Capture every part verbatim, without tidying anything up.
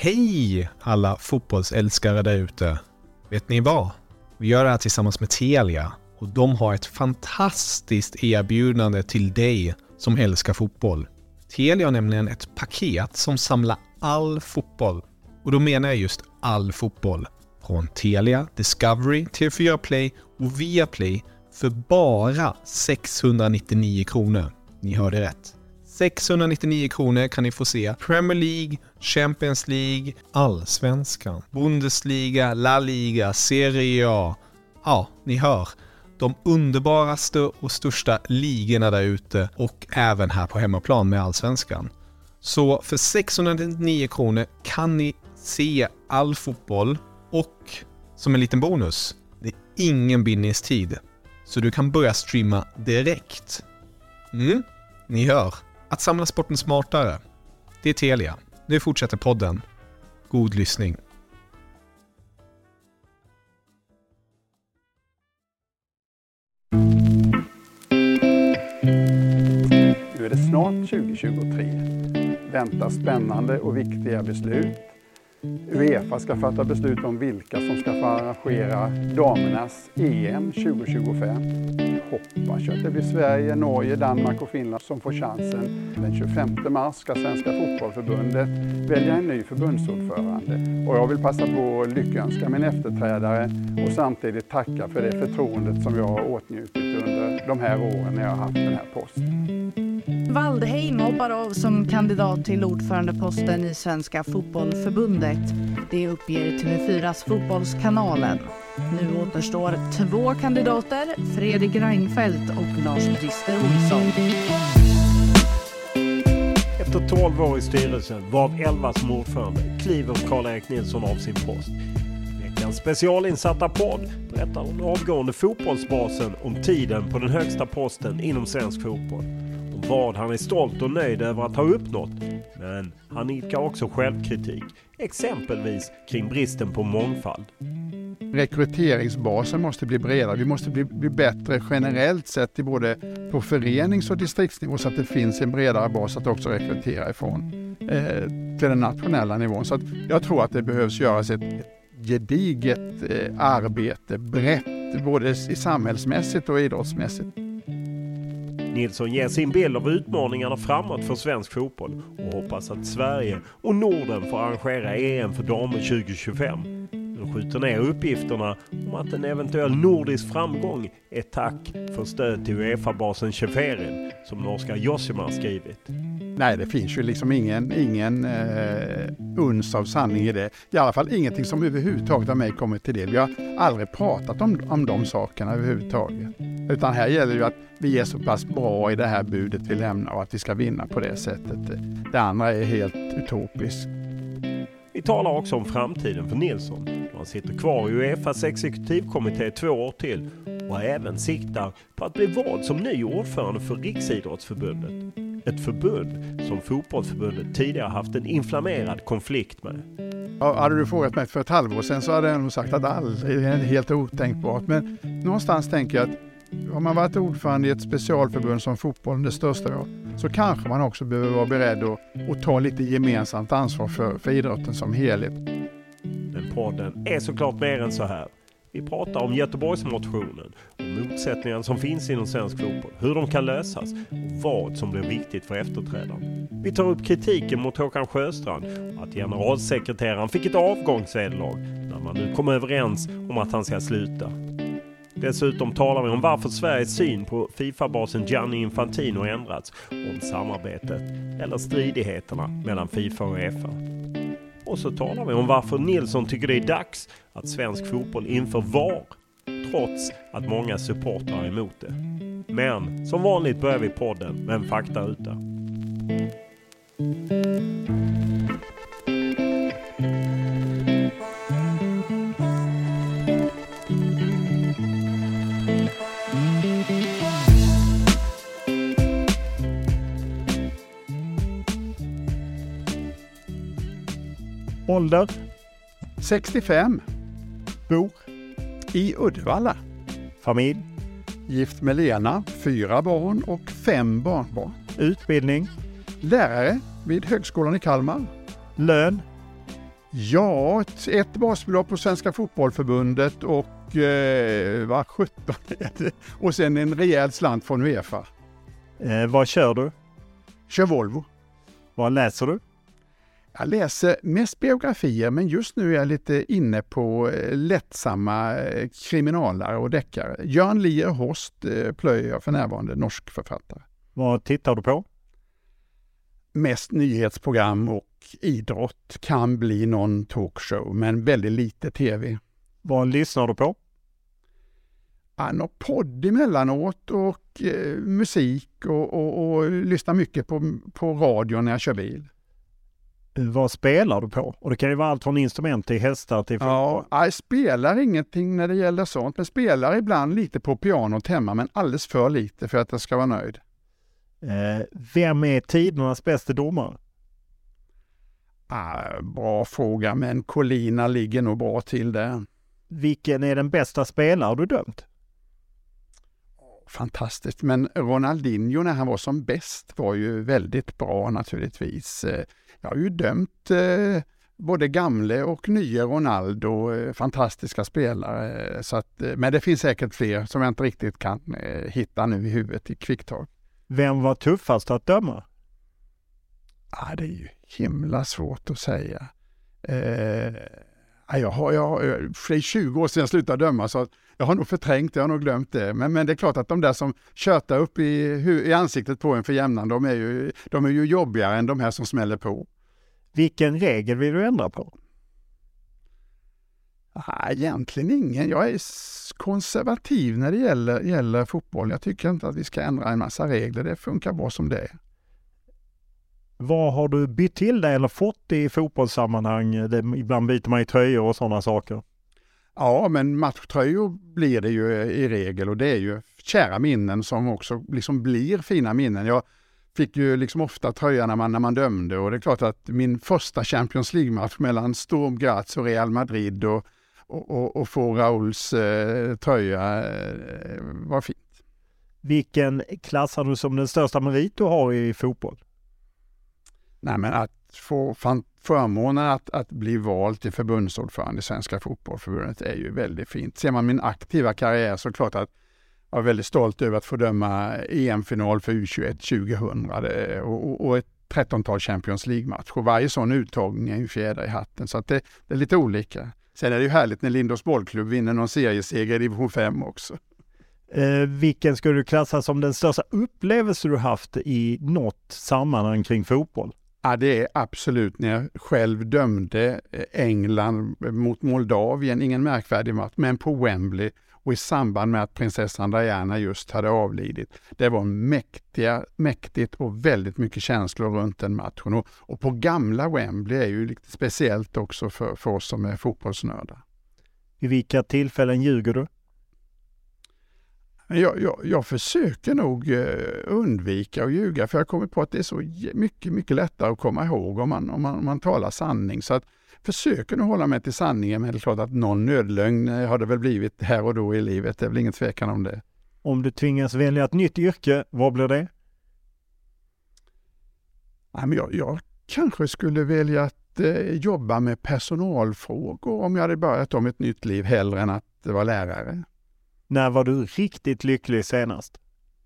Hej alla fotbollsälskare där ute. Vet ni vad? Vi gör det här tillsammans med Telia och de har ett fantastiskt erbjudande till dig som älskar fotboll. Telia har nämligen ett paket som samlar all fotboll. Och då menar jag just all fotboll. Från Telia, Discovery, T fyra Play och Viaplay för bara sexhundranittionio kronor. Ni hörde rätt. sexhundranittionio kronor kan ni få se Premier League, Champions League, Allsvenskan, Bundesliga, La Liga, Serie A. Ja, ni hör. De underbaraste och största ligorna där ute och även här på hemmaplan med Allsvenskan. Så för sexhundranittionio kronor kan ni se all fotboll och som en liten bonus, det är ingen bindningstid. Så du kan börja streama direkt. Mm, ni hör. Att samla sporten smartare. Det är Telia. Nu fortsätter podden. God lyssning. Nu är det snart tjugo tjugotre. Väntar spännande och viktiga beslut. UEFA ska fatta beslut om vilka som ska få arrangera damernas E M tjugo tjugofem. Hoppas att det blir Sverige, Norge, Danmark och Finland som får chansen. Den tjugofemte mars ska Svenska fotbollförbundet välja en ny förbundsordförande. Och jag vill passa på att lyckönska min efterträdare och samtidigt tacka för det förtroendet som jag har åtnjutit under de här åren när jag har haft den här posten. Waldheim hoppar av som kandidat till ordförandeposten i Svenska fotbollförbundet. Det uppger T V fyras Fotbollskanalen. Nu återstår två kandidater, Fredrik Reinfeldt och Lars-Christer Olsson. Efter tolv år i styrelsen, varav elva som ordförande, kliver Karl-Erik Nilsson av sin post. Veckans specialinsatta podd berättar om avgående fotbollsbasen om tiden på den högsta posten inom svensk fotboll. Om vad han är stolt och nöjd över att ha uppnått. Men han idkar också självkritik, exempelvis kring bristen på mångfald. Rekryteringsbasen måste bli bredare. Vi måste bli, bli bättre generellt sett i både på förenings- och distriktsnivå så att det finns en bredare bas att också rekrytera ifrån eh, till den nationella nivån. Så att jag tror att det behövs göras ett, ett gediget eh, arbete brett både i samhällsmässigt och idrottsmässigt. Nilsson ger sin bild av utmaningarna framåt för svensk fotboll och hoppas att Sverige och Norden får arrangera E M för damer tjugo tjugofem. De skjuter ner uppgifterna om att en eventuell nordisk framgång är tack för stöd till UEFA-basen Cheferin, som norska Josima skrivit. Nej, det finns ju liksom ingen, ingen eh, uns av sanning i det. I alla fall ingenting som överhuvudtaget av mig kommit till det. Vi har aldrig pratat om, om de sakerna överhuvudtaget. Utan här gäller ju att vi är så pass bra i det här budet vi lämnar och att vi ska vinna på det sättet. Det andra är helt utopiskt. Vi talar också om framtiden för Nilsson. Han sitter kvar i UEFAs exekutivkommitté två år till och även siktar på att bli vald som ny ordförande för Riksidrottsförbundet. Ett förbund som fotbollsförbundet tidigare haft en inflammerad konflikt med. Ja, hade du frågat mig för ett halvår sedan så hade jag nog sagt att allt är helt otänkbart. Men någonstans tänker jag att har man varit ordförande i ett specialförbund som fotbollen, det största då, så kanske man också behöver vara beredd att, att ta lite gemensamt ansvar för, för idrotten som helhet. Men podden är såklart mer än så här. Vi pratar om Göteborgsmotionen, om motsättningarna som finns inom svensk fotboll, hur de kan lösas och vad som blir viktigt för efterträdaren. Vi tar upp kritiken mot Håkan Sjöstrand och att generalsekreteraren fick ett avgångsvederlag när man nu kom överens om att han ska sluta. Dessutom talar vi om varför Sveriges syn på FIFA-basen Gianni Infantino ändrats, om samarbetet eller stridigheterna mellan FIFA och UEFA. Och så talar vi om varför Nilsson tycker det är dags att svensk fotboll inför V A R, trots att många supportrar är emot det. Men som vanligt börjar vi podden med en faktaruta. Ålder? sextiofem. Bor? I Uddevalla. Familj? Gift med Lena, fyra barn och fem barnbarn. Utbildning? Lärare vid Högskolan i Kalmar. Lön? Ja, ett, ett basbelopp på Svenska Fotbollförbundet och eh, var sjutton och sen en rejäl slant från UEFA. Eh, vad kör du? Kör Volvo. Vad läser du? Jag läser mest biografier, men just nu är jag lite inne på eh, lättsamma eh, kriminalare och deckare. Jörn Lier Horst eh, plöjer jag för närvarande, norsk författare. Vad tittar du på? Mest nyhetsprogram och idrott, kan bli någon talkshow, men väldigt lite tv. Vad lyssnar du på? Ja, någon podd emellanåt och eh, musik och, och, och lyssnar mycket på, på radio när jag kör bil. Vad spelar du på? Och det kan ju vara allt från instrument till hästar till fotboll. Ja, jag spelar ingenting när det gäller sånt, men spelar ibland lite på pianot hemma, men alldeles för lite för att jag ska vara nöjd. Eh, vem är tidernas bästa domare? Ah, bra fråga, men Collina ligger nog bra till där. Vilken är den bästa spelare du dömt? Fantastiskt, men Ronaldinho när han var som bäst var ju väldigt bra naturligtvis. Jag har ju dömt eh, både gamle och nya Ronaldo, eh, fantastiska spelare. Så att, eh, men det finns säkert fler som jag inte riktigt kan eh, hitta nu i huvudet i kvicktag. Vem var tuffast att döma? Ah, det är ju himla svårt att säga. Eh, jag har, jag, för tjugo år sedan jag slutade döma, så jag har nog förträngt, jag har nog glömt det. Men, men det är klart att de där som tjötar upp i, i ansiktet på en för jämnan, de är, ju, de är ju jobbigare än de här som smäller på. Vilken regel vill du ändra på? Ah, egentligen ingen. Jag är konservativ när det gäller, gäller fotboll. Jag tycker inte att vi ska ändra en massa regler. Det funkar bra som det är. Vad har du bytt till dig eller fått i fotbollssammanhang? Det, ibland byter man i tröjor och sådana saker. Ja, men matchtröjor blir det ju i regel, och det är ju kära minnen som också liksom blir fina minnen. Jag fick ju liksom ofta tröja när man, när man dömde, och det är klart att min första Champions League-match mellan Sturm Graz och Real Madrid och, och, och, och få Rauls eh, tröja eh, var fint. Vilken klassar du som den största merit du har i fotboll? Nej, men att få fan, förmånen att, att bli vald till förbundsordförande i Svenska Fotbollförbundet är ju väldigt fint. Ser man min aktiva karriär så är det klart att jag är väldigt stolt över att få döma E M-final för U tjugoett tjugohundra och, och, och ett trettontal Champions League-match. Och varje sån uttagning är en fjäder i hatten, så att det, det är lite olika. Sen är det ju härligt när Lindås bollklubb vinner någon serieseger i division fem också. Eh, vilken skulle du klassa som den största upplevelse du haft i något sammanhang kring fotboll? Ja, det är absolut när jag själv dömde England mot Moldavien. Ingen märkvärdig match, men på Wembley och i samband med att prinsessan Diana just hade avlidit. Det var mäktiga, mäktigt och väldigt mycket känslor runt den matchen. Och, och på gamla Wembley är ju lite speciellt också för, för oss som är fotbollsnördar. I vilka tillfällen ljuger du? Jag, jag, jag försöker nog undvika att ljuga, för jag har kommit på att det är så mycket, mycket lättare att komma ihåg om man, om man, om man talar sanning. Så att försöker nog hålla mig till sanningen, men det är klart att någon nödlögn har det väl blivit här och då i livet. Det är väl ingen tvekan om det. Om du tvingas välja ett nytt yrke, vad blir det? Nej, men jag, jag kanske skulle välja att eh, jobba med personalfrågor om jag hade börjat om ett nytt liv hellre än att vara lärare. När var du riktigt lycklig senast?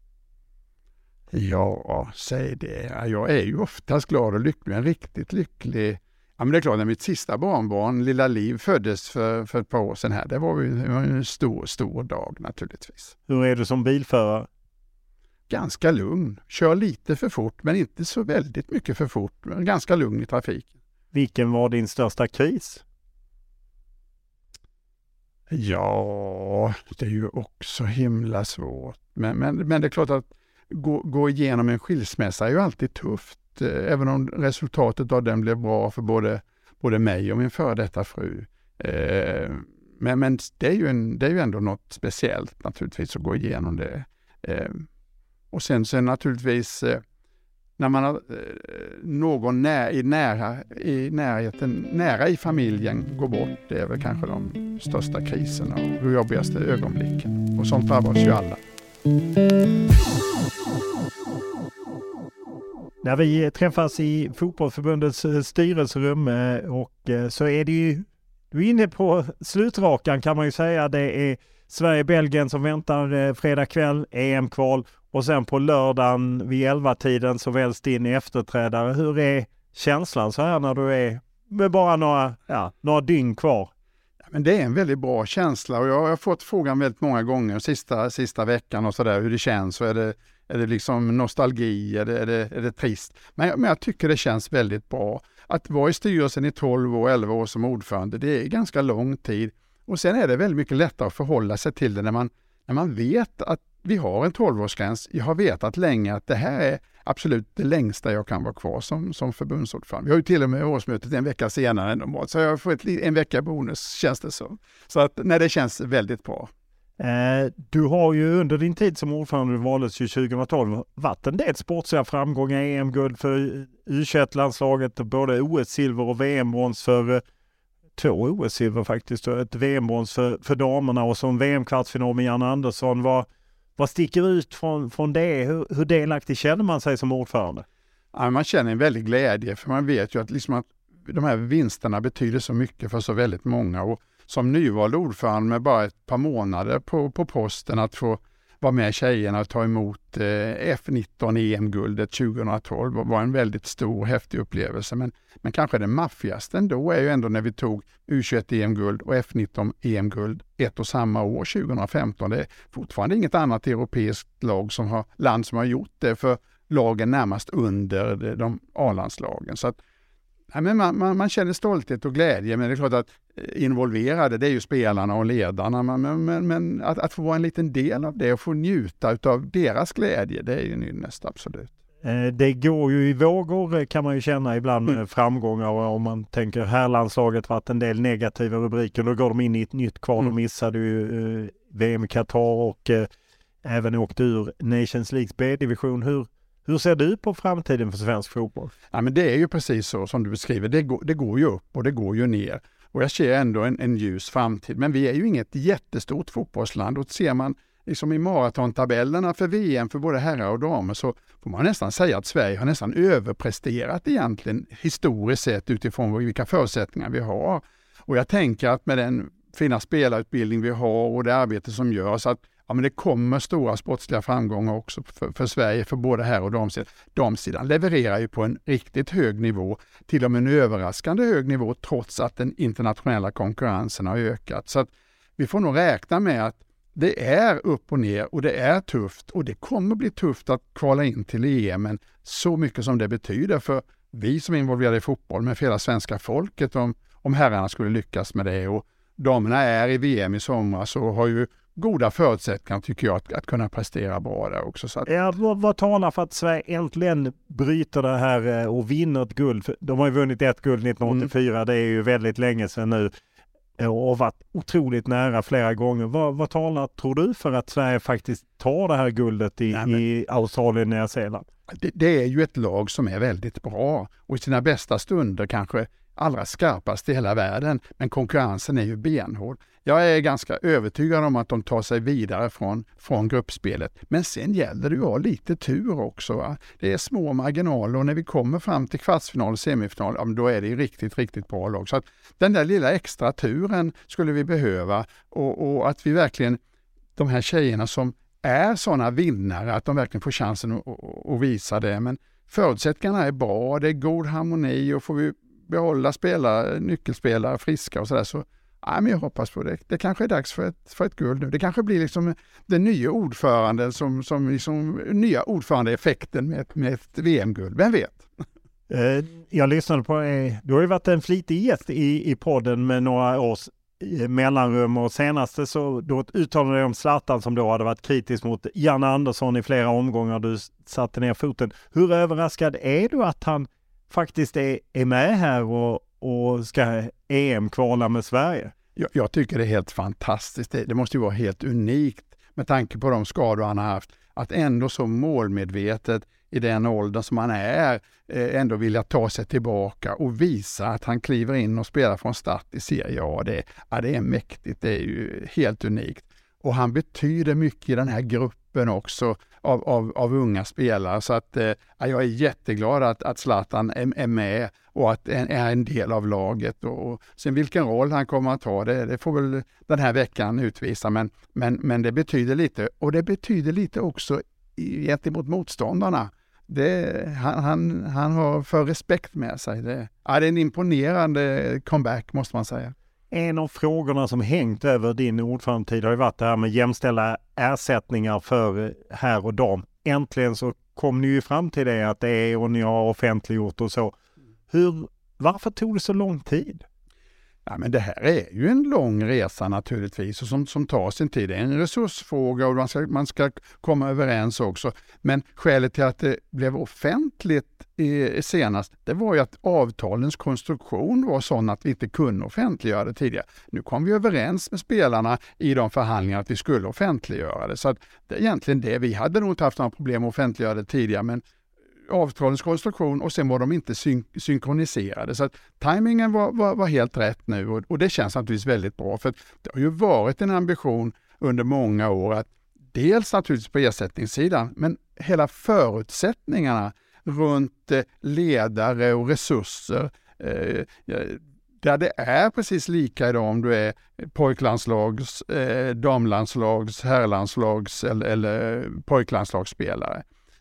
Ja, säg det. Jag är ju oftast glad och lycklig, men riktigt lycklig. Ja, men det är klart, när mitt sista barnbarn, lilla Liv, föddes för, för ett par år sedan här. Det var ju en stor, stor dag naturligtvis. Hur är du som bilförare? Ganska lugn. Kör lite för fort, men inte så väldigt mycket för fort. Men ganska lugn i trafiken. Vilken var din största kris? Ja, det är ju också himla svårt. Men, men, men det är klart att gå, gå igenom en skilsmässa är ju alltid tufft. Även om resultatet av den blev bra för både, både mig och min före detta fru. Eh, men men det, är ju en, det är ju ändå något speciellt naturligtvis att gå igenom det. Eh, och sen, sen naturligtvis eh, när man har eh, någon när, i, nära, i närheten, nära i familjen går bort, det är väl kanske de största kriserna och de jobbigaste ögonblicken. Och sånt drabbas ju alla. När vi träffas i fotbollsförbundets styrelserum och så är det ju, du är inne på slutrakan kan man ju säga. Det är Sverige-Belgien som väntar fredag kväll, E M-kval, och sen på lördagen vid elva-tiden så väljs din efterträdare. Hur är känslan så här när du är med bara några, ja, några dygn kvar? Men det är en väldigt bra känsla och jag har fått frågan väldigt många gånger sista, sista veckan och sådär hur det känns. Så är det, är det liksom nostalgi, är det, är det, är det trist? Men jag, men jag tycker det känns väldigt bra. Att vara i styrelsen i tolv och elva år som ordförande, det är ganska lång tid. Och sen är det väldigt mycket lättare att förhålla sig till det när man, när man vet att vi har en tolvårsgräns. Jag har vetat länge att det här är absolut det längsta jag kan vara kvar som, som förbundsordförande. Vi har ju till och med årsmötet en vecka senare än normalt, så jag har fått en vecka bonus, känns det så. Så att, nej, det känns väldigt bra. Eh, du har ju under din tid som ordförande valdes tjugohundratolv varit en del sportsliga framgångar, E M-guld för U tjugoett-landslaget, både O S-silver och V M-brons för eh, två O S-silver faktiskt, och ett V M-brons för, för damerna och som V M-kvartsfinal med Jan Andersson. Vad, vad sticker ut från, från det? Hur, hur delaktig känner man sig som ordförande? Ja, man känner en väldig glädje, för man vet ju att, liksom att de här vinsterna betyder så mycket för så väldigt många. Och som nyvald ordförande med bara ett par månader på, på posten att få vara med tjejerna och ta emot eh, F nitton E M-guldet tjugohundratolv var en väldigt stor och häftig upplevelse. Men, men kanske det maffigaste ändå är ju ändå när vi tog U tjugoett E M-guld och F nitton E M-guld ett och samma år tjugohundrafemton. Det är fortfarande inget annat europeiskt lag som har, land som har gjort det för lagen närmast under de, de A-landslagen. Så att ja, men man, man, man känner stolthet och glädje, men det är klart att involverade, det är ju spelarna och ledarna, men, men, men att, att få vara en liten del av det och få njuta av deras glädje, det är ju nynnest, absolut. Det går ju i vågor kan man ju känna ibland med mm. framgångar, och om man tänker här landslaget varit en del negativa rubriker, då går de in i ett nytt kval och mm. missade ju eh, V M i Qatar och eh, även åkte ur Nations Leagues B-division. Hur Hur ser du på framtiden för svensk fotboll? Ja, men det är ju precis så som du beskriver. Det går, det går ju upp och det går ju ner. Och jag ser ändå en, en ljus framtid. Men vi är ju inget jättestort fotbollsland. Och ser man liksom i maratontabellerna för V M för både herrar och damer, så får man nästan säga att Sverige har nästan överpresterat egentligen historiskt sett utifrån vilka förutsättningar vi har. Och jag tänker att med den fina spelarutbildning vi har och det arbete som görs, att ja, men det kommer stora sportsliga framgångar också för, för Sverige, för både här och damsidan. Damsidan levererar ju på en riktigt hög nivå, till och med en överraskande hög nivå, trots att den internationella konkurrensen har ökat. Så att vi får nog räkna med att det är upp och ner och det är tufft, och det kommer bli tufft att kvala in till E M, men så mycket som det betyder för vi som är involverade i fotboll, med för hela svenska folket, om, om herrarna skulle lyckas med det. Och damerna är i V M i somras och har ju goda förutsättningar, tycker jag, att, att kunna prestera bra där också. Så att... ja, vad, vad talar för att Sverige äntligen bryter det här och vinner ett guld? De har ju vunnit ett guld nittonhundraåttiofyra, mm. det är ju väldigt länge sedan nu, och varit otroligt nära flera gånger. Vad, vad talar, tror du, för att Sverige faktiskt tar det här guldet i, Nej, men... i Australien och Nya Zeeland? Det, det är ju ett lag som är väldigt bra och i sina bästa stunder kanske allra skarpast i hela världen, men konkurrensen är ju benhård. Jag är ganska övertygad om att de tar sig vidare från, från gruppspelet, men sen gäller det ju att ha lite tur också. Va? Det är små marginaler, och när vi kommer fram till kvartsfinal och semifinal, ja, då är det ju riktigt, riktigt bra lag. Så att den där lilla extra turen skulle vi behöva, och, och att vi verkligen, de här tjejerna som är sådana vinnare, att de verkligen får chansen att, att, att visa det. Men förutsättningarna är bra, det är god harmoni, och får vi behålla spelare, nyckelspelare friska och sådär, så ja, men jag hoppas på det. Det kanske är dags för ett, för ett guld nu. Det kanske blir liksom den nya ordföranden som, som liksom nya ordförandeeffekten med, med ett V M-guld. Vem vet? Jag lyssnade på, du har ju varit en flitig gäst i, i podden med några års mellanrum, och senaste så då uttalade om Zlatan som då hade varit kritisk mot Jan Andersson i flera omgångar. Du satte ner foten. Hur överraskad är du att han faktiskt är, är med här och, och ska E M-kvala med Sverige? Jag, jag tycker det är helt fantastiskt. Det, det måste ju vara helt unikt med tanke på de skador han har haft. Att ändå så målmedvetet i den åldern som han är eh, ändå vilja ta sig tillbaka och visa att han kliver in och spelar från start i Serie A. Det, ja, det är mäktigt. Det är ju helt unikt. Och han betyder mycket i den här gruppen också av, av, av unga spelare. Så att eh, jag är jätteglad att, att Zlatan är, är med och att är, är en del av laget. Och, och sen vilken roll han kommer att ha, det, det får väl den här veckan utvisa. Men, men, men det betyder lite. Och det betyder lite också gentemot motståndarna. Det, han, han, han har för respekt med sig. Det, ja, det är en imponerande comeback måste man säga. En av frågorna som hängt över din ordförandetid har ju varit det här med jämställda ersättningar för herr och dam. Äntligen så kom ni ju fram till det att det är och ni har offentliggjort och så. Hur, varför tog det så lång tid? Ja, men det här är ju en lång resa naturligtvis och som, som tar sin tid. Det är en resursfråga och man ska, man ska komma överens också. Men skälet till att det blev offentligt i, senast, det var ju att avtalens konstruktion var sån att vi inte kunde offentliggöra det tidigare. Nu kom vi överens med spelarna i de förhandlingarna att vi skulle offentliggöra det. Så att det är egentligen det. Vi hade nog inte haft några problem att offentliggöra det tidigare, men avtalens konstruktion och sen var de inte syn- synkroniserade. Så att tajmingen var, var, var helt rätt nu och, och det känns naturligtvis väldigt bra för det har ju varit en ambition under många år att dels naturligtvis på ersättningssidan men hela förutsättningarna runt eh, ledare och resurser eh, där det är precis lika idag om du är pojklandslags, eh, damlandslags, herrlandslags eller, eller pojklandslagsspelare.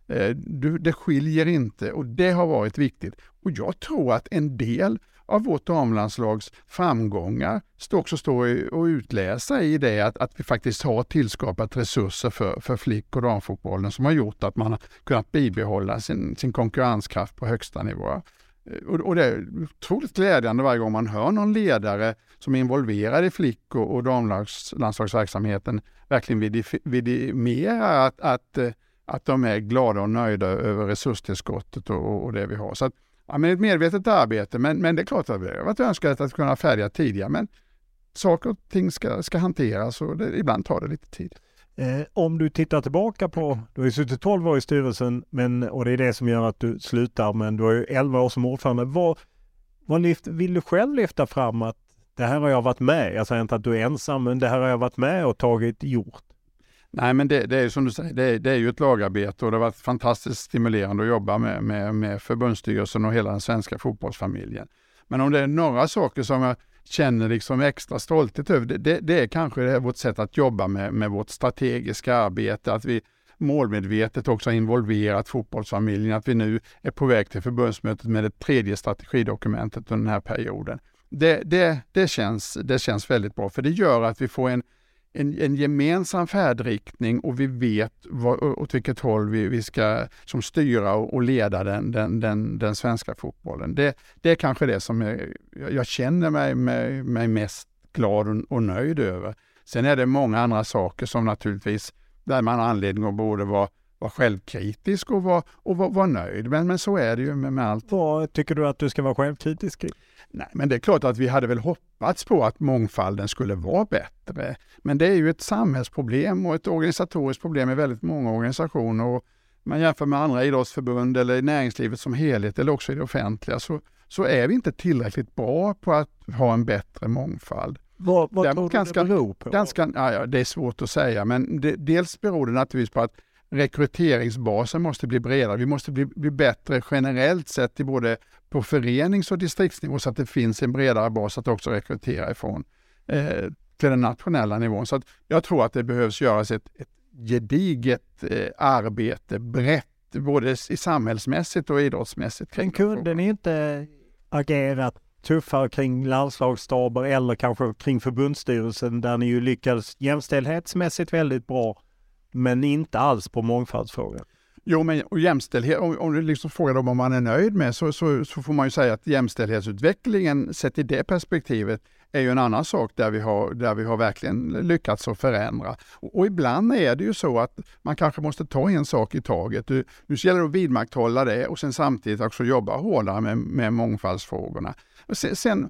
Du, det skiljer inte och det har varit viktigt. Och jag tror att en del av vårt damlandslags framgångar står också står och utläsa i det att, att vi faktiskt har tillskapat resurser för, för flick- och damfotbollen som har gjort att man har kunnat bibehålla sin, sin konkurrenskraft på högsta nivå. Och, och det är otroligt glädjande varje gång man hör någon ledare som är involverad i flick- och, och damlandslagsverksamheten verkligen vidif- vidimerar att, att att de är glada och nöjda över resurstillskottet och, och det vi har. Så att, ja, men ett medvetet arbete, men, men det är klart att det har varit önskvärt att kunna färdiga tidigare, men saker och ting ska, ska hanteras och det, ibland tar det lite tid. Eh, om du tittar tillbaka på, du har ju suttit tolv år i styrelsen men, och det är det som gör att du slutar, men du har ju elva år som ordförande. Vad, vad lyft, vill du själv lyfta fram att det här har jag varit med, jag säger inte att du är ensam, men det här har jag varit med och tagit gjort? Nej, men det, det är som du säger, det är, det är ju ett lagarbete och det har varit fantastiskt stimulerande att jobba med, med, med förbundsstyrelsen och hela den svenska fotbollsfamiljen. Men om det är några saker som jag känner liksom extra stolthet över, det, det, det är kanske det vårt sätt att jobba med, med vårt strategiska arbete, att vi målmedvetet också har involverat fotbollsfamiljen, att vi nu är på väg till förbundsmötet med det tredje strategidokumentet under den här perioden. Det, det, det, känns, det känns väldigt bra, för det gör att vi får en En, en gemensam färdriktning och vi vet vad, åt vilket håll vi, vi ska som styra och, och leda den, den, den, den svenska fotbollen. Det, det är kanske det som är, jag känner mig, mig, mig mest glad och, och nöjd över. Sen är det många andra saker som naturligtvis, där man har anledning att både vara, vara självkritisk och vara, och vara, vara nöjd. Men, men så är det ju med, med allt. Vad tycker du att du ska vara självkritisk i? Nej, men det är klart att vi hade väl hoppats på att mångfalden skulle vara bättre. Men det är ju ett samhällsproblem och ett organisatoriskt problem i väldigt många organisationer. Och man jämför med andra idrottsförbund eller i näringslivet som helhet eller också i det offentliga så, så är vi inte tillräckligt bra på att ha en bättre mångfald. Vad, vad tror du ganska, det beror på? Ganska, ja, det är svårt att säga, men det, dels beror det naturligtvis på att rekryteringsbasen måste bli bredare. Vi måste bli, bli bättre generellt sett i både på förenings- och distriktsnivå så att det finns en bredare bas att också rekrytera ifrån eh, till den nationella nivån. Så att jag tror att det behövs göras ett, ett gediget eh, arbete brett, både i samhällsmässigt och idrottsmässigt. Men kunde ni inte agera tuffare kring landslagsstaber eller kanske kring förbundsstyrelsen där ni ju lyckades jämställdhetsmässigt väldigt bra men inte alls på mångfaldsfrågan? Jo, men och jämställdhet, om, om du liksom frågar dem om man är nöjd med så, så, så får man ju säga att jämställdhetsutvecklingen sett i det perspektivet är ju en annan sak där vi har, där vi har verkligen lyckats att förändra. Och, och ibland är det ju så att man kanske måste ta en sak i taget. Du, nu gäller det att vidmakthålla det och sen samtidigt också jobba hårdare med, med mångfaldsfrågorna. Och sen, sen,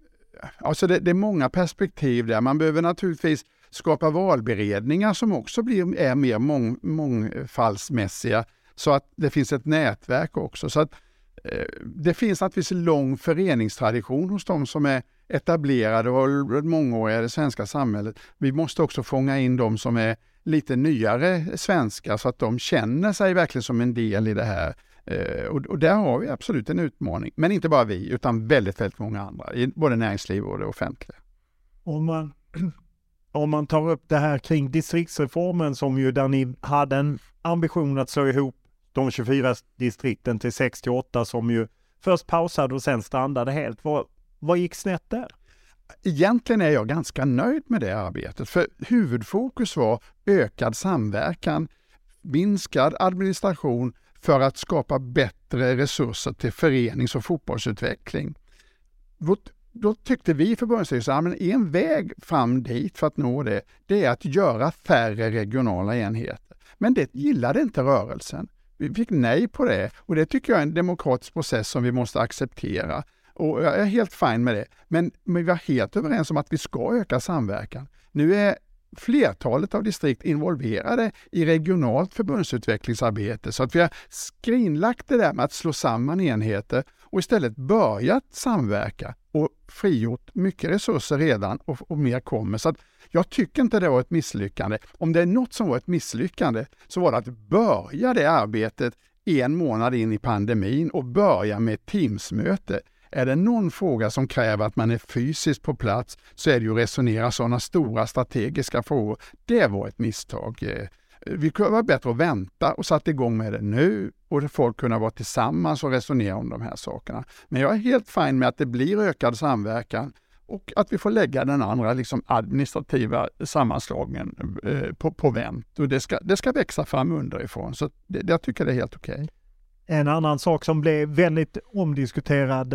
alltså det, det är många perspektiv där. Man behöver naturligtvis skapa valberedningar som också blir, är mer mång, mångfaldsmässiga så att det finns ett nätverk också. Så att, eh, det finns naturligtvis en lång föreningstradition hos de som är, etablerade och mångåriga i det svenska samhället. Vi måste också fånga in de som är lite nyare svenskar så att de känner sig verkligen som en del i det här. Eh, och, och där har vi absolut en utmaning. Men inte bara vi, utan väldigt, väldigt många andra. I både näringsliv och det offentliga. Om man, om man tar upp det här kring distriktsreformen som ju där ni hade en ambition att slå ihop de tjugofyra distrikten till sextioåtta som ju först pausade och sen strandade helt. Vad, vad gick snett där? Egentligen är jag ganska nöjd med det arbetet. För huvudfokus var ökad samverkan, minskad administration för att skapa bättre resurser till förenings- och fotbollsutveckling. Då tyckte vi i förbundsstyrelsen att en väg fram dit för att nå det, det är att göra färre regionala enheter. Men det gillade inte rörelsen. Vi fick nej på det och det tycker jag är en demokratisk process som vi måste acceptera. Och jag är helt fin med det. Men, men vi var helt överens om att vi ska öka samverkan. Nu är flertalet av distrikt involverade i regionalt förbundsutvecklingsarbete så att vi har skrinlagt det där med att slå samman enheter och istället börjat samverka och frigjort mycket resurser redan och, och mer kommer. Så att jag tycker inte det var ett misslyckande. Om det är något som var ett misslyckande så var det att börja det arbetet en månad in i pandemin och börja med ett Teamsmöte. Är det någon fråga som kräver att man är fysiskt på plats så är det ju att resonera sådana stora strategiska frågor. Det var ett misstag. Vi kunde vara bättre att vänta och satt igång med det nu och folk kunde vara tillsammans och resonera om de här sakerna. Men jag är helt fin med att det blir ökad samverkan och att vi får lägga den andra liksom administrativa sammanslagningen eh, på, på vänt. Och det ska, det ska växa fram underifrån. Så det, jag tycker det är helt okej. Okay. En annan sak som blev väldigt omdiskuterad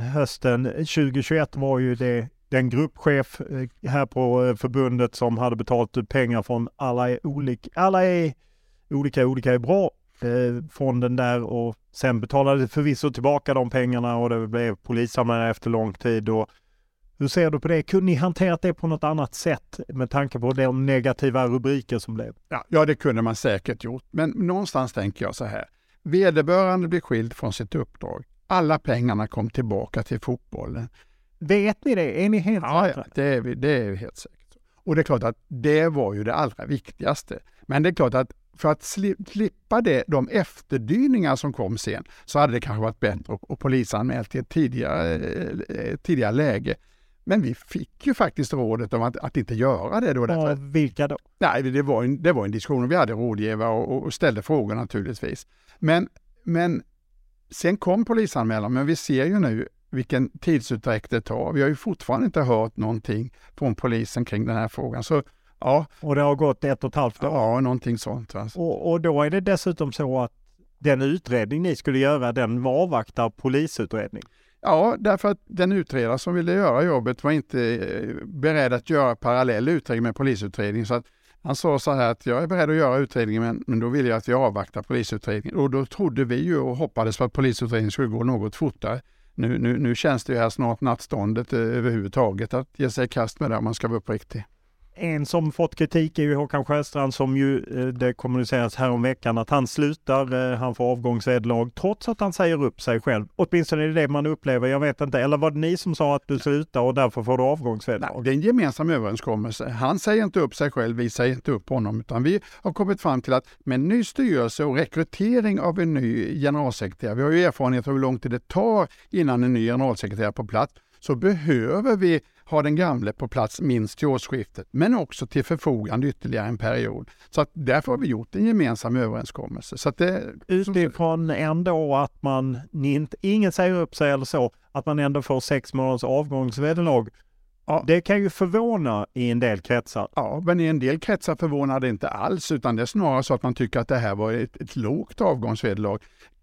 hösten tjugohundratjugoett var ju det, den gruppchef här på förbundet som hade betalt ut pengar från alla är olika, alla är olika, olika är bra eh, fonden där och sen betalade förvisso tillbaka de pengarna och det blev polisanmälan efter lång tid. Och hur ser du på det? Kunde ni hanterat det på något annat sätt med tanke på de negativa rubriker som blev? Ja, ja det kunde man säkert gjort. Men någonstans tänker jag så här. Vederbörande blir skild från sitt uppdrag. Alla pengarna kom tillbaka till fotbollen. Vet ni det? Är ni helt ja, säkra? Ja, det är vi, det är vi helt säkert. Och det är klart att det var ju det allra viktigaste. Men det är klart att för att slippa det, de efterdyningar som kom sen så hade det kanske varit bättre att polisanmält i ett tidigare, tidigare läge. Men vi fick ju faktiskt rådet om att, att inte göra det då. Ja, vilka då? Nej, det var en, det var en diskussion. Vi hade rådgivare och, och ställde frågor naturligtvis. Men, men sen kom polisanmälan, men vi ser ju nu vilken tidsutdräkt det tar. Vi har ju fortfarande inte hört någonting från polisen kring den här frågan. Så, ja. Och det har gått ett och ett halvt år? Ja, någonting sånt. Alltså. Och, och då är det dessutom så att den utredning ni skulle göra, den avvaktar polisutredning? Ja, därför att den utredare som ville göra jobbet var inte beredd att göra parallell utredning med polisutredning. Så att han sa så här att jag är beredd att göra utredningen men, men då vill jag att vi avvaktar polisutredningen. Och då trodde vi ju och hoppades på att polisutredningen skulle gå något fortare. Nu, nu, nu känns det ju här snart nattståndet överhuvudtaget att ge sig i kast med det om man ska vara uppriktig. En som fått kritik är ju Håkan Sjöstrand som ju, det kommuniceras här om veckan att han slutar, han får avgångsvederlag trots att han säger upp sig själv. Åtminstone är det det man upplever, jag vet inte. Eller var det ni som sa att du slutar och därför får du avgångsvederlag? Nej, det är en gemensam överenskommelse. Han säger inte upp sig själv, vi säger inte upp honom. Utan vi har kommit fram till att med en ny styrelse och rekrytering av en ny generalsekreterare, vi har ju erfarenhet av hur lång tid det tar innan en ny generalsekreterare är på plats, så behöver vi ha den gamla på plats minst till årsskiftet, men också till förfogande ytterligare en period. Så att därför har vi gjort en gemensam överenskommelse. Så att det, utifrån ändå att man inte, ingen säger upp sig eller så, att man ändå får sex månaders avgångsvederlag. Ja. Det kan ju förvåna i en del kretsar. Ja, men i en del kretsar förvånar det inte alls, utan det är snarare så att man tycker att det här var ett, ett lågt avgångsvederlag.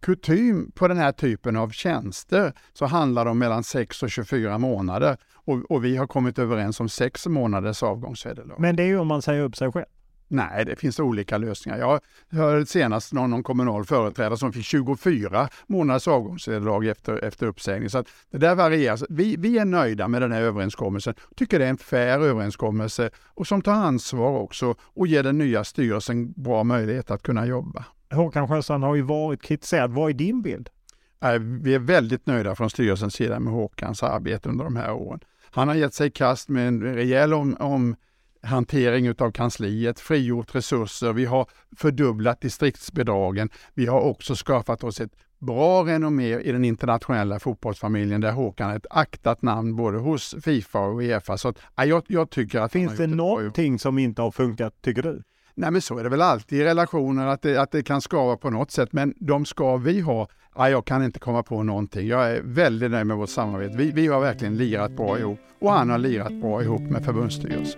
Kutym på den här typen av tjänster så handlar det om mellan sex och tjugofyra månader och, och vi har kommit överens om sex månaders avgångsvederlag. Men det är ju om man säger upp sig själv. Nej, det finns olika lösningar. Jag hörde senast någon, någon kommunal företrädare som fick tjugofyra månaders avgångsvederlag efter, efter uppsägning. Så att det där varierar. Vi, vi är nöjda med den här överenskommelsen. Tycker det är en fair överenskommelse och som tar ansvar också och ger den nya styrelsen bra möjlighet att kunna jobba. Håkan Sjöstrand har ju varit kritiserad. Vad är din bild? Vi är väldigt nöjda från styrelsens sida med Håkans arbete under de här åren. Han har gett sig i kast med en rejäl om, om hantering av kansliet, frigjort resurser. Vi har fördubblat distriktsbidragen. Vi har också skapat oss ett bra renommé i den internationella fotbollsfamiljen där Håkan är ett aktat namn både hos FIFA och UEFA. Så att, ja, jag, jag tycker att finns det någonting som inte har funkat, tycker du? Nej, men så är det väl alltid i relationer att det, att det kan skava på något sätt. Men de ska vi ha. Ja, jag kan inte komma på någonting. Jag är väldigt nöjd med vårt samarbete. Vi, vi har verkligen lirat bra ihop och han har lirat bra ihop med förbundsstyrelsen.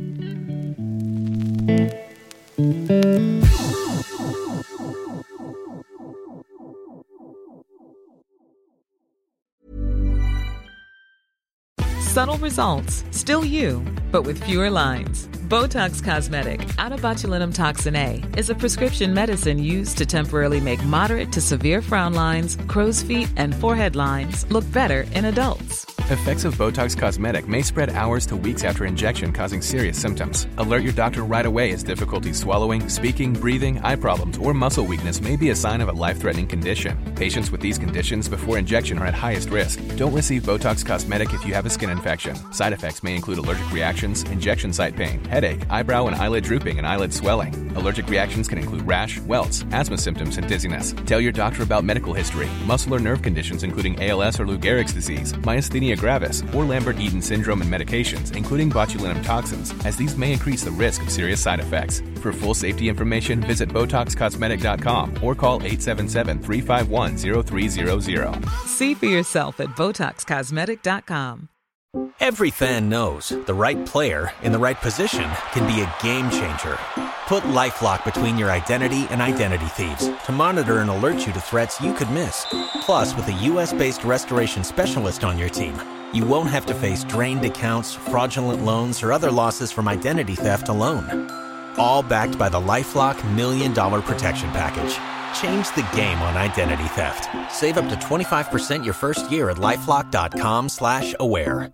Subtle results, still you, but with fewer lines. Botox Cosmetic, out of botulinum toxin A, is a prescription medicine used to temporarily make moderate to severe frown lines, crow's feet, and forehead lines look better in adults. Effects of Botox Cosmetic may spread hours to weeks after injection, causing serious symptoms. Alert your doctor right away as difficulty swallowing, speaking, breathing, eye problems, or muscle weakness may be a sign of a life-threatening condition. Patients with these conditions before injection are at highest risk. Don't receive Botox Cosmetic if you have a skin infection. Side effects may include allergic reactions, injection site pain, headache, eyebrow and eyelid drooping, and eyelid swelling. Allergic reactions can include rash, welts, asthma symptoms, and dizziness. Tell your doctor about medical history, muscle or nerve conditions including A L S or Lou Gehrig's disease, myasthenia gravis, or Lambert-Eaton syndrome, and medications, including botulinum toxins, as these may increase the risk of serious side effects. For full safety information, visit Botox Cosmetic dot com or call eight seven seven, three five one, zero three zero zero. See for yourself at Botox Cosmetic dot com. Every fan knows the right player in the right position can be a game changer. Put LifeLock between your identity and identity thieves to monitor and alert you to threats you could miss. Plus, with a U S-based restoration specialist on your team, you won't have to face drained accounts, fraudulent loans, or other losses from identity theft alone. All backed by the LifeLock Million Dollar Protection Package. Change the game on identity theft. Save up to twenty-five percent your first year at LifeLock dot com slash aware.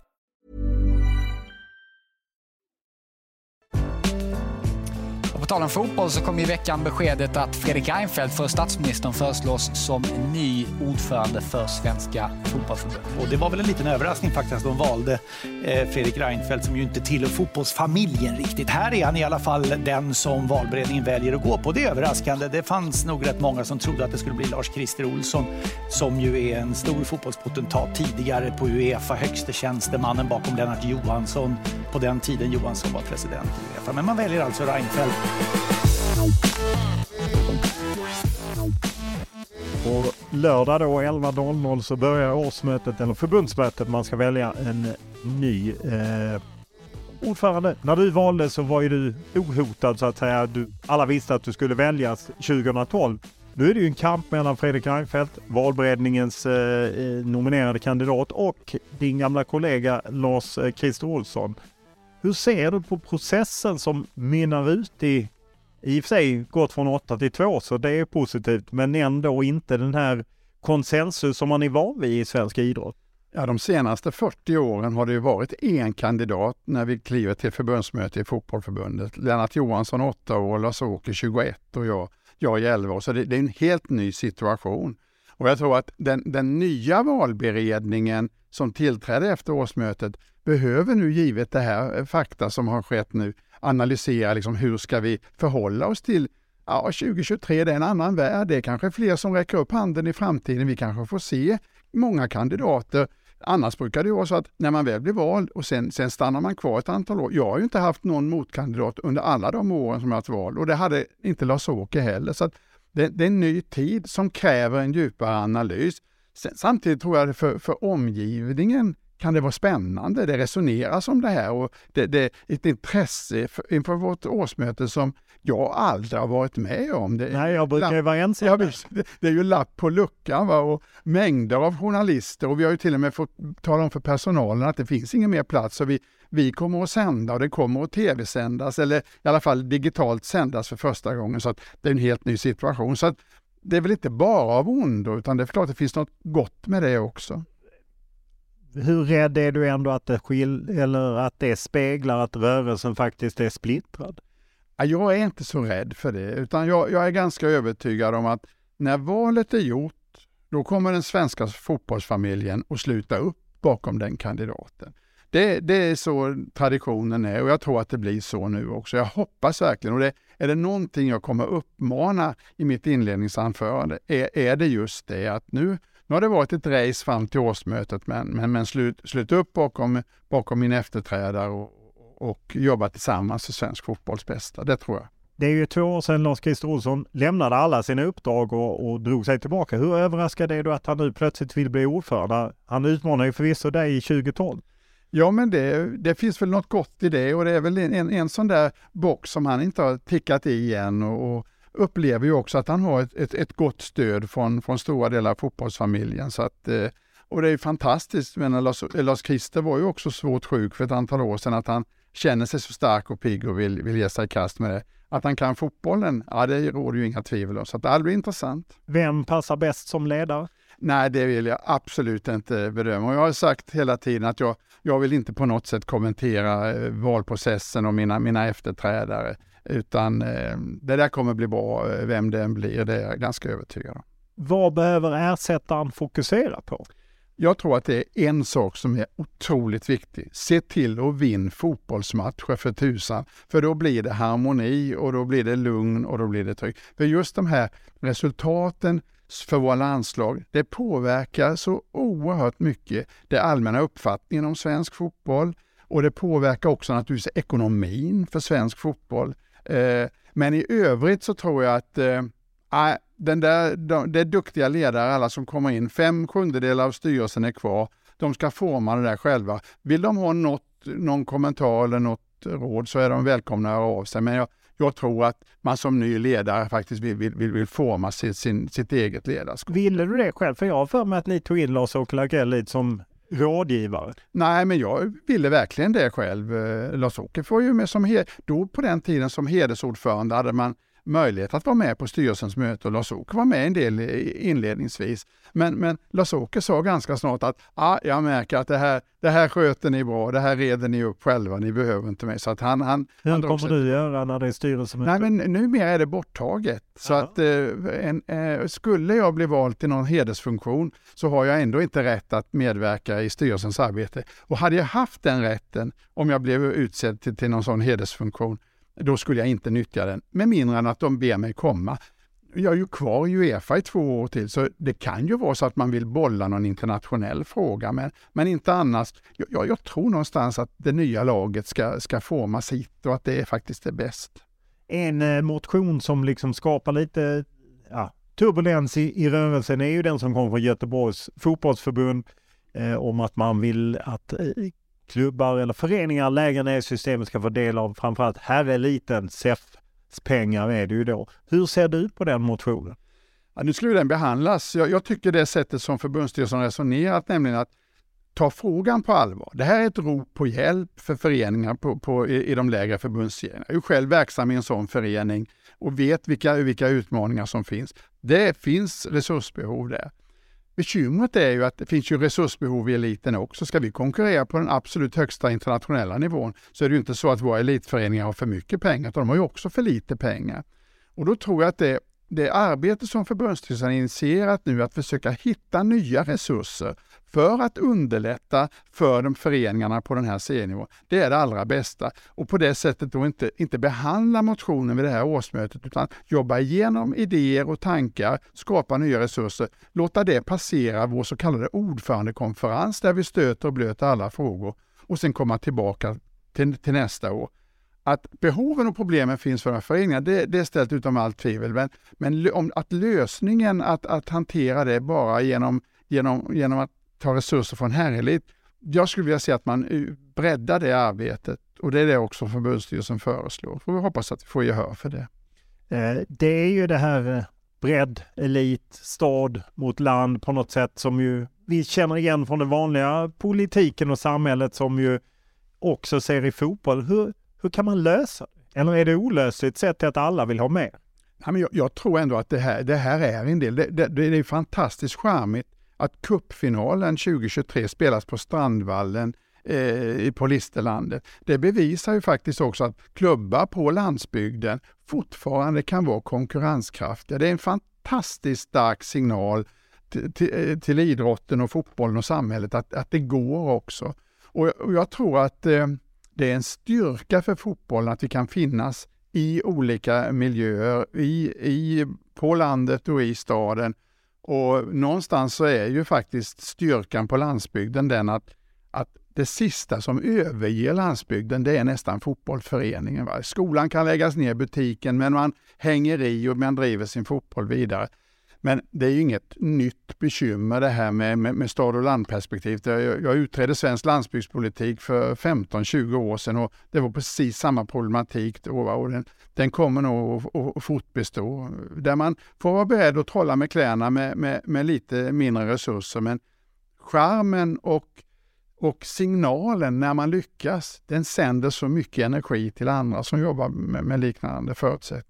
På tal om fotboll så kom i veckan beskedet att Fredrik Reinfeldt för statsministern föreslås som ny ordförande för Svenska fotbollsförbundet. Och det var väl en liten överraskning faktiskt att de valde eh, Fredrik Reinfeldt som ju inte tillhör fotbollsfamiljen riktigt. Här är han i alla fall den som valberedningen väljer att gå på. Det är överraskande. Det fanns nog rätt många som trodde att det skulle bli Lars-Christer Olsson som ju är en stor fotbollspotentat tidigare på UEFA, högste tjänstemannen bakom Lennart Johansson på den tiden Johansson var president i UEFA. Men man väljer alltså Reinfeldt. På lördag då elva noll noll så börjar årsmötet eller förbundsmötet. Man ska välja en ny eh, ordförande. När du valde så var ju du ohotad så att säga. Du, alla visste att du skulle väljas tjugohundratolv. Nu är det ju en kamp mellan Fredrik Reinfeldt, valberedningens eh, nominerade kandidat, och din gamla kollega Lars-Christer Olsson. Hur ser du på processen som mynnar ut i I och för sig gått från åtta till två, så det är positivt, men ändå inte den här konsensus som man är van vid i svensk idrott? Ja, de senaste fyrtio åren har det ju varit en kandidat när vi kliver till förbundsmöte i fotbollförbundet. Lennart Johansson åtta år, Lars-Åke tjugoett och jag, jag är elva år. Så det, det är en helt ny situation. Och jag tror att den, den nya valberedningen som tillträdde efter årsmötet behöver nu, givet det här fakta som har skett nu, analysera liksom hur ska vi förhålla oss till ja, tjugo tjugotre, det är en annan värld. Det är kanske fler som räcker upp handen i framtiden. Vi kanske får se många kandidater. Annars brukar det vara så att när man väl blir vald och sen, sen stannar man kvar ett antal år. Jag har ju inte haft någon motkandidat under alla de åren som jag har varit vald, och det hade inte Lars-Åke heller. Så att det, det är en ny tid som kräver en djupare analys. Sen, samtidigt tror jag att för, för omgivningen kan det vara spännande. Det resoneras om det här och det, det är ett intresse för, inför vårt årsmöte som jag aldrig har varit med om. Det, Nej, jag brukar ju vara ensam. Ja, det, det är ju lapp på luckan, va? Och mängder av journalister, och vi har ju till och med fått tala om för personalen att det finns ingen mer plats, så vi, vi kommer att sända och det kommer att tv-sändas eller i alla fall digitalt sändas för första gången, så att det är en helt ny situation. Så att det är väl inte bara av ondo, utan det är klart att det finns något gott med det också. Hur rädd är du ändå att det skil eller att det speglar att rörelsen faktiskt är splittrad? Ja, jag är inte så rädd för det, utan jag, jag är ganska övertygad om att när valet är gjort då kommer den svenska fotbollsfamiljen att sluta upp bakom den kandidaten. Det, det är så traditionen är och jag tror att det blir så nu också. Jag hoppas verkligen, och det, är det någonting jag kommer uppmana i mitt inledningsanförande är, är det just det att nu, nu har det varit ett race fram till årsmötet men, men, men slut, slut upp bakom, bakom min efterträdare och, och jobba tillsammans för svensk fotbolls bästa. Det tror jag. Det är ju två år sedan Lars-Christer Olsson lämnade alla sina uppdrag och, och drog sig tillbaka. Hur överraskar det då att han nu plötsligt vill bli ordförande? Han utmanar ju förvisso dig i tjugo tolv. Ja, men det, det finns väl något gott i det och det är väl en, en sån där box som han inte har tickat i än och, och upplever ju också att han har ett, ett, ett gott stöd från, från stora delar av fotbollsfamiljen. Så att, och det är fantastiskt, men Lars, Lars-Christer var ju också svårt sjuk för ett antal år sedan att han känner sig så stark och pigg och vill, vill ge sig i kast med det. Att han kan fotbollen, ja det råder ju inga tvivel om. Så att det blir intressant. Vem passar bäst som ledare? Nej, det vill jag absolut inte bedöma. Och jag har sagt hela tiden att jag, jag vill inte på något sätt kommentera eh, valprocessen och mina, mina efterträdare. Utan eh, det där kommer bli bra, vem det än blir, det är jag ganska övertygad om. Vad behöver ersättaren fokusera på? Jag tror att det är en sak som är otroligt viktig. Se till att vinna fotbollsmatcher för tusan. För då blir det harmoni och då blir det lugn och då blir det tryggt. För just de här resultaten för våra landslag, det påverkar så oerhört mycket det allmänna uppfattningen om svensk fotboll. Och det påverkar också naturligtvis ekonomin för svensk fotboll. Eh, men i övrigt så tror jag att eh, den där, de, det är duktiga ledare, alla som kommer in. Fem sjundedelar av styrelsen är kvar. De ska forma det där själva. Vill de ha något, någon kommentar eller något råd så är de välkomna att höra av sig. Men jag, jag tror att man som ny ledare faktiskt vill, vill, vill, vill forma sitt, sin, sitt eget ledarskap. Ville du det själv? För jag har för mig att ni tog in Lars-Åke Lagrell lite som rådgivare. Nej, men jag ville verkligen det själv. Lars-Åke får ju med som he- då på den tiden som hedersordförande hade man möjlighet att vara med på styrelsens möte och Lars-Åke var med en del inledningsvis. Men, men Lars-Åke sa ganska snart att ah, jag märker att det här, det här sköter ni bra, det här reder ni upp själva, ni behöver inte mig. Så att han, han, Hur han kommer sig... du göra när det är styrelsemöte? Nej, men numera är det borttaget. Så Aha. att eh, en, eh, skulle jag bli vald till någon hedersfunktion så har jag ändå inte rätt att medverka i styrelsens arbete. Och hade jag haft den rätten om jag blev utsedd till, till någon sån hedersfunktion, då skulle jag inte nyttja den, med mindre än att de ber mig komma. Jag är ju kvar i UEFA i två år till, så det kan ju vara så att man vill bolla någon internationell fråga, men, men inte annars. Jag, jag tror någonstans att det nya laget ska, ska formas hit och att det är faktiskt det bäst. En eh, motion som liksom skapar lite ja, turbulens i, i rörelsen är ju den som kommer från Göteborgs fotbollsförbund eh, om att man vill att eh, klubbar eller föreningar lägre ner i systemet ska få del av framförallt herreliten, S E F:s pengar är det ju då. Hur ser du på den motionen? Ja, nu skulle den behandlas. Jag, jag tycker det sättet som förbundsstyrelsen resonerat, nämligen att ta frågan på allvar. Det här är ett rop på hjälp för föreningar på, på, i, i de lägre förbundsserierna. Jag är själv verksam i en sån förening och vet vilka, vilka utmaningar som finns. Det finns resursbehov där. Bekymret är ju att det finns ju resursbehov i eliten också. Ska vi konkurrera på den absolut högsta internationella nivån så är det ju inte så att våra elitföreningar har för mycket pengar, utan de har ju också för lite pengar. Och då tror jag att det, det arbete som förbundsstyrelsen initierat nu att försöka hitta nya resurser för att underlätta för de föreningarna på den här serienivån, det är det allra bästa. Och på det sättet då inte, inte behandla motionen vid det här årsmötet utan jobba igenom idéer och tankar, skapa nya resurser, låta det passera vår så kallade ordförandekonferens där vi stöter och blöter alla frågor och sen komma tillbaka till, till nästa år. Att behoven och problemen finns för föreningar, det, det är ställt utom allt tvivel. Men, men om, att lösningen att, att hantera det bara genom, genom, genom att ta resurser från herrelit, jag skulle vilja se att man breddar det arbetet. Och det är det också förbundsstyrelsen föreslår. Får vi hoppas att vi får gehör för det. Eh, det är ju det här bredd, elit, stad mot land på något sätt som ju vi känner igen från den vanliga politiken och samhället som ju också ser i fotboll. Hur Hur kan man lösa det? Eller är det olösligt sett till att alla vill ha mer? Ja, men jag, jag tror ändå att det här, det här är en del. Det, det, det är fantastiskt charmigt att cupfinalen tjugo tjugotre spelas på Strandvallen eh, på Listerlandet. Det bevisar ju faktiskt också att klubbar på landsbygden fortfarande kan vara konkurrenskraftiga. Det är en fantastiskt stark signal till, till idrotten och fotbollen och samhället, att, att det går också. Och jag, och jag tror att eh, det är en styrka för fotbollen att vi kan finnas i olika miljöer, i, i, på landet och i staden. Och någonstans så är ju faktiskt styrkan på landsbygden den att, att det sista som överger landsbygden, det är nästan fotbollsföreningen. Va? Skolan kan läggas ner, butiken, men man hänger i och man driver sin fotboll vidare. Men det är ju inget nytt bekymmer det här med, med, med stad- och landperspektiv. Jag, jag utredde svensk landsbygdspolitik för femton tjugo år sedan och det var precis samma problematik då. Och den, den kommer nog att, att fortbestå. Där man får vara beredd att trolla med kläderna med, med, med lite mindre resurser. Men charmen och, och signalen när man lyckas, den sänder så mycket energi till andra som jobbar med, med liknande förutsättningar.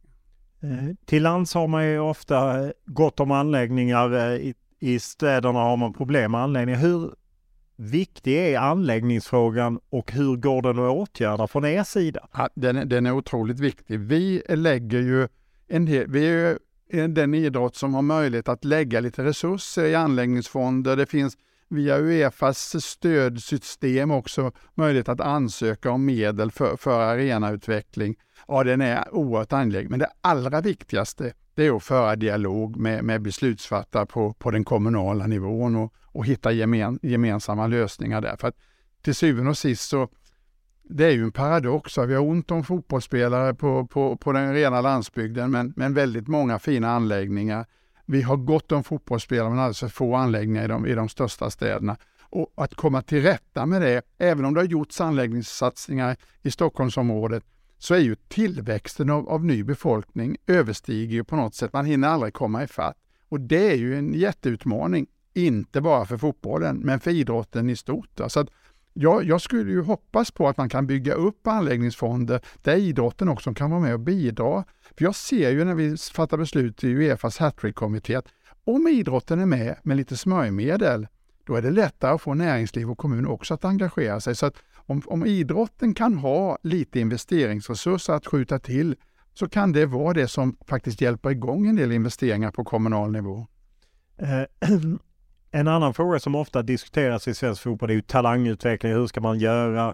Till lands har man ju ofta gott om anläggningar. I, i städerna har man problem med anläggningar. Hur viktig är anläggningsfrågan och hur går den att åtgärda från er sida? Ja, den, den är otroligt viktig. Vi lägger ju en del, vi är ju den idrott som har möjlighet att lägga lite resurser i anläggningsfonder. Det finns via UEFAs stödsystem också möjlighet att ansöka om medel för, för arenautveckling. Ja, den är oerhört angelägen. Men det allra viktigaste, det är att föra dialog med, med beslutsfattare på, på den kommunala nivån och, och hitta gemen, gemensamma lösningar där. För att till syvende och sist så, det är ju en paradox. Vi har ont om fotbollsspelare på, på, på den rena landsbygden, men, men väldigt många fina anläggningar. Vi har gott om fotbollsspelare, men alldeles för få anläggningar i de, i de största städerna. Och att komma till rätta med det, även om det har gjorts anläggningssatsningar i Stockholmsområdet, så är ju tillväxten av, av ny befolkning överstiger ju på något sätt. Man hinner aldrig komma ifatt. Och det är ju en jätteutmaning, inte bara för fotbollen, men för idrotten i stort. Så att jag, jag skulle ju hoppas på att man kan bygga upp anläggningsfonder där idrotten också kan vara med och bidra. För jag ser ju när vi fattar beslut i UEFAs hattrick-kommitté att om idrotten är med med lite smörjmedel, då är det lättare att få näringsliv och kommun också att engagera sig. Så att om, om idrotten kan ha lite investeringsresurser att skjuta till, så kan det vara det som faktiskt hjälper igång en del investeringar på kommunal nivå. Eh, en annan fråga som ofta diskuteras i svensk fotboll är ju talangutveckling. Hur ska man göra?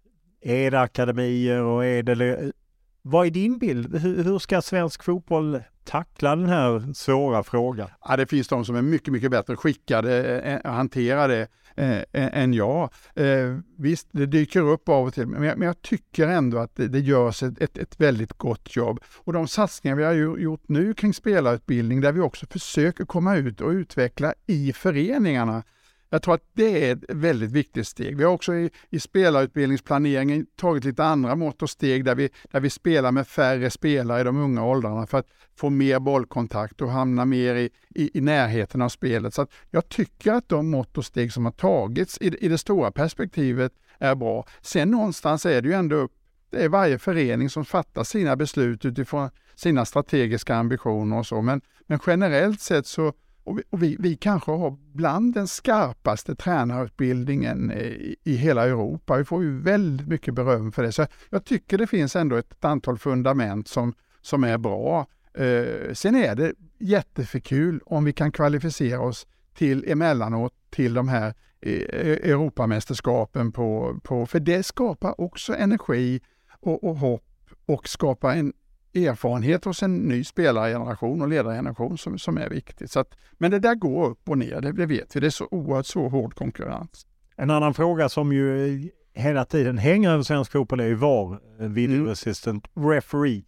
Är det akademier och är det... Vad är din bild? Hur, hur ska svensk fotboll tackla den här svåra frågan? Ja, det finns de som är mycket, mycket bättre skickade att hantera det eh, än jag. Eh, visst, det dyker upp av och till, men jag, men jag tycker ändå att det, det görs ett, ett, ett väldigt gott jobb. Och de satsningar vi har gjort nu kring spelarutbildning, där vi också försöker komma ut och utveckla i föreningarna. Jag tror att det är ett väldigt viktigt steg. Vi har också i, i spelarutbildningsplaneringen tagit lite andra mått och steg där vi, där vi spelar med färre spelare i de unga åldrarna för att få mer bollkontakt och hamna mer i, i, i närheten av spelet. Så att jag tycker att de mått och steg som har tagits i, i det stora perspektivet är bra. Sen någonstans är det ju ändå upp, det är varje förening som fattar sina beslut utifrån sina strategiska ambitioner och så. Men, men generellt sett så Och vi, och vi, vi kanske har bland den skarpaste tränarutbildningen i, i hela Europa. Vi får ju väldigt mycket beröm för det. Så jag tycker det finns ändå ett antal fundament som, som är bra. Eh, sen är det jätteförkul om vi kan kvalificera oss till emellanåt till de här eh, Europamästerskapen. På, på, för det skapar också energi och, och hopp och skapar en erfarenhet hos en ny spelargeneration och ledargeneration som, som är viktigt. Så att, men det där går upp och ner, det, det vet vi. Det är så oerhört så hård konkurrens. En annan fråga som ju hela tiden hänger över svensk fotboll är ju V A R, video assistant referee.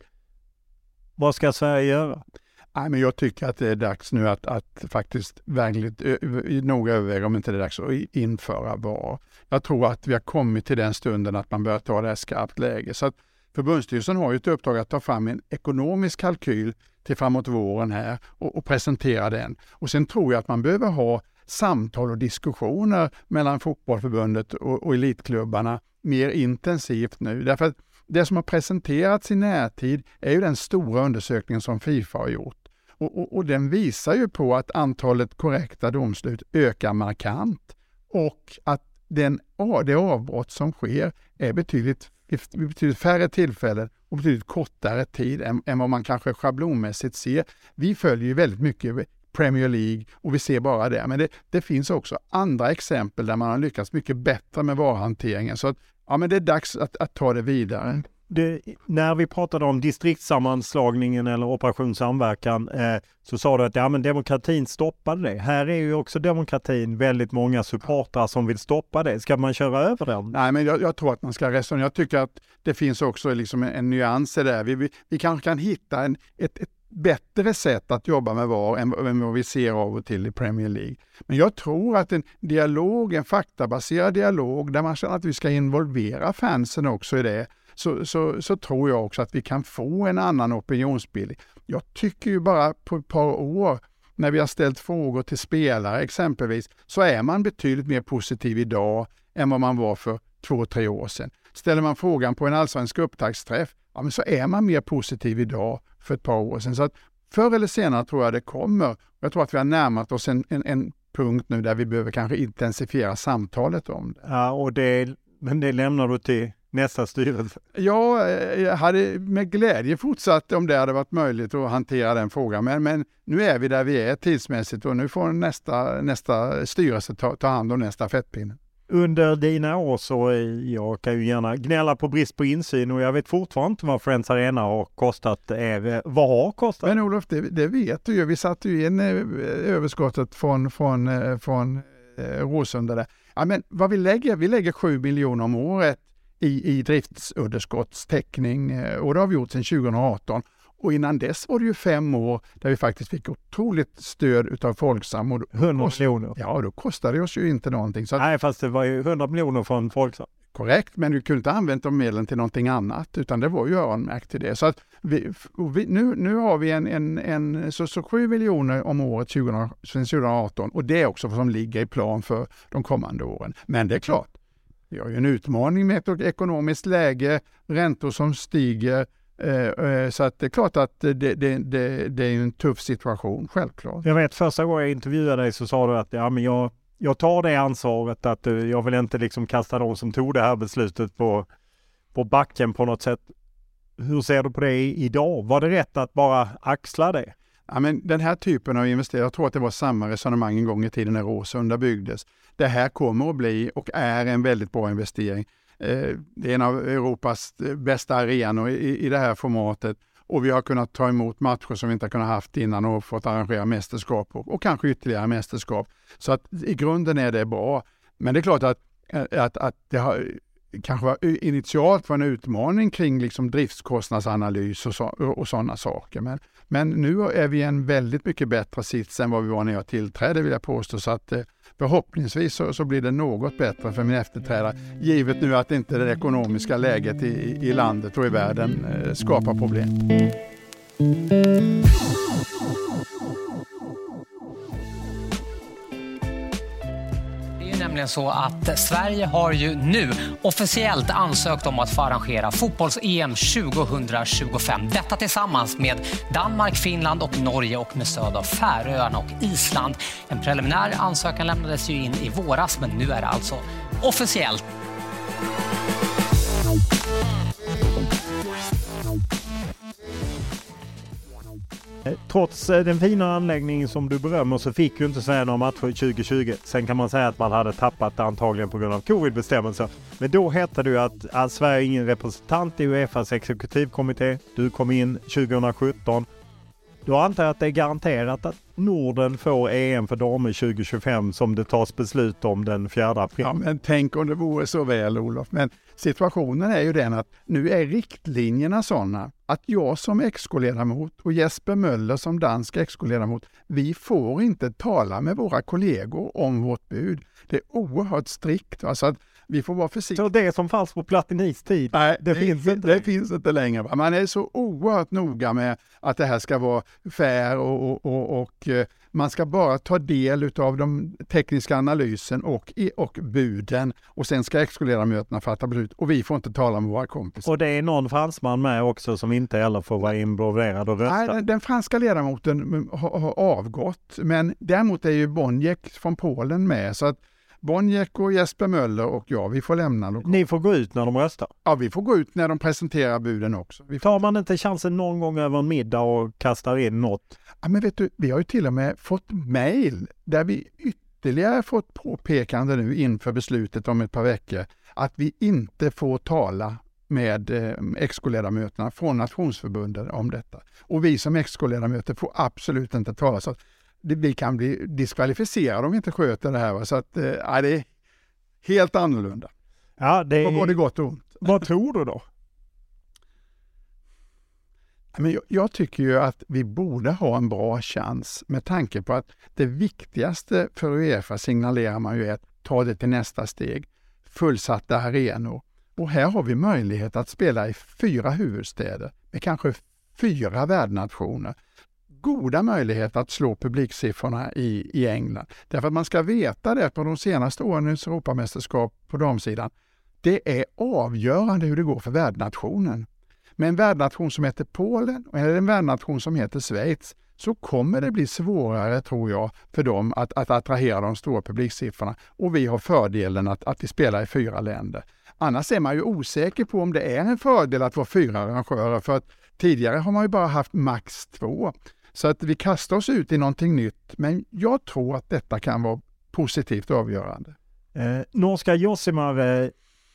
Vad ska Sverige göra? Nej, men jag tycker att det är dags nu att, att faktiskt verkligt noga överväga om inte det är dags att införa V A R. Jag tror att vi har kommit till den stunden att man börjar ta det här skarpt läge. Så att Förbundsstyrelsen har ju ett uppdrag att ta fram en ekonomisk kalkyl till framåt våren här och, och presentera den. Och sen tror jag att man behöver ha samtal och diskussioner mellan fotbollförbundet och, och elitklubbarna mer intensivt nu. Därför att det som har presenterats i närtid är ju den stora undersökningen som FIFA har gjort. Och, och, och den visar ju på att antalet korrekta domslut ökar markant och att den, det avbrott som sker är betydligt vid betydligt färre tillfällen och betydligt kortare tid än, än vad man kanske schablonmässigt ser. Vi följer ju väldigt mycket Premier League och vi ser bara det. Men det, det finns också andra exempel där man har lyckats mycket bättre med varhanteringen. Så att, ja, men det är dags att, att ta det vidare. Det, när vi pratade om distriktssammanslagningen eller operationssamverkan eh, så sa du att ja, men demokratin stoppade det. Här är ju också demokratin väldigt många supportrar som vill stoppa det. Ska man köra över den? Nej, men jag, jag tror att man ska resonera. Jag tycker att det finns också liksom en, en nyans där. Vi, vi, vi kanske kan hitta en, ett, ett bättre sätt att jobba med V A R än, än vad vi ser av och till i Premier League. Men jag tror att en dialog, en faktabaserad dialog där man känner att vi ska involvera fansen också i det, Så, så, så tror jag också att vi kan få en annan opinionsbildning. Jag tycker ju bara på ett par år när vi har ställt frågor till spelare exempelvis så är man betydligt mer positiv idag än vad man var för två, tre år sedan. Ställer man frågan på en allsvensk upptaktsträff, ja, men så är man mer positiv idag för ett par år sedan. Så att förr eller senare tror jag det kommer. Jag tror att vi har närmat oss en, en, en punkt nu där vi behöver kanske intensifiera samtalet om det. Ja, och det, men det lämnar du till nästa styrelse? Ja, jag hade med glädje fortsatt om det hade varit möjligt att hantera den frågan. Men, men nu är vi där vi är tidsmässigt och nu får nästa, nästa styrelse ta, ta hand om den stafettpinnen. Under dina år så jag kan ju gärna gnälla på brist på insyn och jag vet fortfarande inte vad Friends Arena har kostat. Är, vad har kostat? Men Olof, det, det vet du ju. Vi satte ju in överskottet från, från, från eh, Råsunda där. Ja, men vad vi lägger? Vi lägger sju miljoner om året i, i driftsunderskottstäckning och det har vi gjort sedan tjugo arton. Och innan dess var det ju fem år där vi faktiskt fick otroligt stöd utav Folksam. Och hundra miljoner? Ja, då kostade det oss ju inte någonting. Så att, nej, fast det var ju hundra miljoner från Folksam. Korrekt, men vi kunde inte använda de medlen till någonting annat utan det var ju öronmärkt till det. Så att vi, vi, nu, nu har vi en, en, en så, så sju miljoner om året tjugo, sedan tjugo arton och det är också vad som ligger i plan för de kommande åren. Men det är klart, vi har ju en utmaning med ett ekonomiskt läge, räntor som stiger. Eh, så att det är klart att det, det, det, det är en tuff situation, självklart. Jag vet, första gången jag intervjuade dig så sa du att ja, men jag, jag tar det ansvaret att jag vill inte liksom kasta de som tog det här beslutet på, på backen på något sätt. Hur ser du på det idag? Var det rätt att bara axla det? Ja, men den här typen av investeringar, jag tror att det var samma resonemang en gång i tiden när Råsunda byggdes. Det här kommer att bli och är en väldigt bra investering. Det är en av Europas bästa arenor i, i det här formatet och vi har kunnat ta emot matcher som vi inte har kunnat haft innan och fått arrangera mästerskap och, och kanske ytterligare mästerskap. Så att i grunden är det bra. Men det är klart att, att, att det har kanske var initialt var en utmaning kring liksom driftskostnadsanalys och, så, och sådana saker. Men, men nu är vi en väldigt mycket bättre sits än vad vi var när jag tillträdde, vill jag påstå. Så att förhoppningsvis så, så blir det något bättre för min efterträdare. Givet nu att inte det ekonomiska läget i, i landet och i världen eh, skapar problem. Nämligen så att Sverige har ju nu officiellt ansökt om att få arrangera fotbolls-E M tjugohundratjugofem. Detta tillsammans med Danmark, Finland och Norge och med stöd av Färöarna och Island. En preliminär ansökan lämnades ju in i våras, men nu är det alltså officiellt. Trots den fina anläggningen som du berömmer så fick ju inte Sverige några matcher tjugo tjugo. Sen kan man säga att man hade tappat antagligen på grund av covid-bestämmelser. Men då hette det ju att, att Sverige är ingen representant i UEFAs exekutivkommitté. Du kom in tjugohundrasjutton. Då antar jag att det är garanterat att Norden får E M för damer tjugo tjugofem som det tas beslut om den fjärde april. Ja, men tänk om det vore så väl, Olof. Men situationen är ju den att nu är riktlinjerna sådana att jag som exkoledamot och Jesper Möller som dansk exkoledamot, vi får inte tala med våra kollegor om vårt bud. Det är oerhört strikt. Alltså att vi får vara försiktiga. Så det som fanns på Platinis tid, nej, det, det, finns inte. det finns inte längre. Man är så oerhört noga med att det här ska vara fair och, och, och, och man ska bara ta del av de tekniska analysen och, och buden och sen ska exkoledamöterna fatta beslut och vi får inte tala med våra kompisar. Och det är någon fransman med också som inte heller får vara involverad och rösta. Nej, den franska ledamoten har, har avgått, men däremot är ju Boniek från Polen med, så att Boniek och Jesper Möller och jag, vi får lämna lokalen. Ni får gå ut när de röstar? Ja, vi får gå ut när de presenterar buden också. Vi får... Tar man inte chansen någon gång över en middag och kastar in något? Ja, men vet du, vi har ju till och med fått mejl där vi ytterligare fått påpekande nu inför beslutet om ett par veckor att vi inte får tala med eh, exco-ledamöterna från Nationsförbundet om detta. Och vi som exco-ledamöter får absolut inte tala, så att det, vi kan bli diskvalificerade om vi inte sköter det här. Va? Så att, eh, ja, det är helt annorlunda. Ja, det är... På både gott och ont. Vad tror du då? Men jag, jag tycker ju att vi borde ha en bra chans med tanke på att det viktigaste för UEFA signalerar man ju är att ta det till nästa steg. Fullsatta arenor. Och här har vi möjlighet att spela i fyra huvudstäder med kanske fyra värdnationer. Goda möjligheter att slå publiksiffrorna i, i England. Därför att man ska veta det på de senaste årens Europamästerskap på damsidan. Det är avgörande hur det går för värdnationen. Med en värdnation som heter Polen eller en värdnation som heter Schweiz så kommer det bli svårare, tror jag, för dem att, att attrahera de stora publiksiffrorna. Och vi har fördelen att, att vi spelar i fyra länder. Annars är man ju osäker på om det är en fördel att vara fyra arrangörer, för att tidigare har man ju bara haft max två. Så att vi kastar oss ut i någonting nytt, men jag tror att detta kan vara positivt och avgörande. Eh, norska Josimar eh,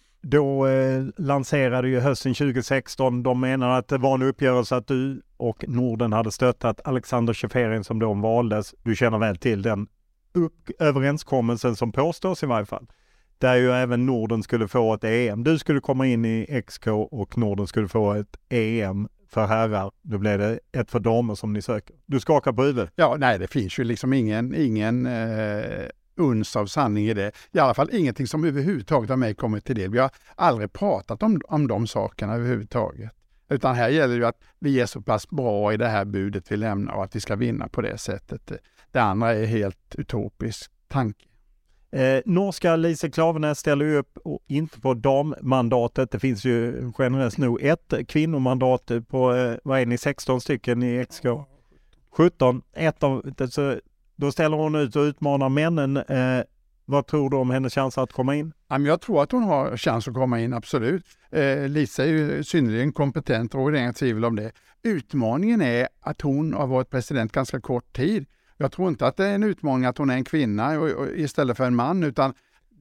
då eh, lanserade ju hösten tjugo sexton, de menar att det var en uppgörelse att du och Norden hade stöttat Alexander Ceferin som då valdes. Du känner väl till den upp- överenskommelsen som påstås i varje fall. Där ju även Norden skulle få ett E M. Du skulle komma in i Exco och Norden skulle få ett E M för herrar. Nu blev det ett för damer som ni söker. Du skakar på huvudet. Ja, nej, det finns ju liksom ingen, ingen eh, uns av sanning i det. I alla fall ingenting som överhuvudtaget har mig kommit till del. Vi har aldrig pratat om, om de sakerna överhuvudtaget. Utan här gäller det ju att vi är så pass bra i det här budet vi lämnar och att vi ska vinna på det sättet. Det andra är helt utopisk tanke. Eh, norska Lise Klaveness ställer ju upp och inte på dammandatet. Det finns ju generellt nog ett kvinnomandat på, eh, vad är ni, sexton stycken i Exco? sjutton. Ett av, så, då ställer hon ut och utmanar männen. Eh, vad tror du om hennes chans att komma in? Jag tror att hon har chans att komma in, absolut. Eh, Lisa är ju synnerligen kompetent och det är inga tvivel om det. Utmaningen är att hon har varit president ganska kort tid. Jag tror inte att det är en utmaning att hon är en kvinna istället för en man, utan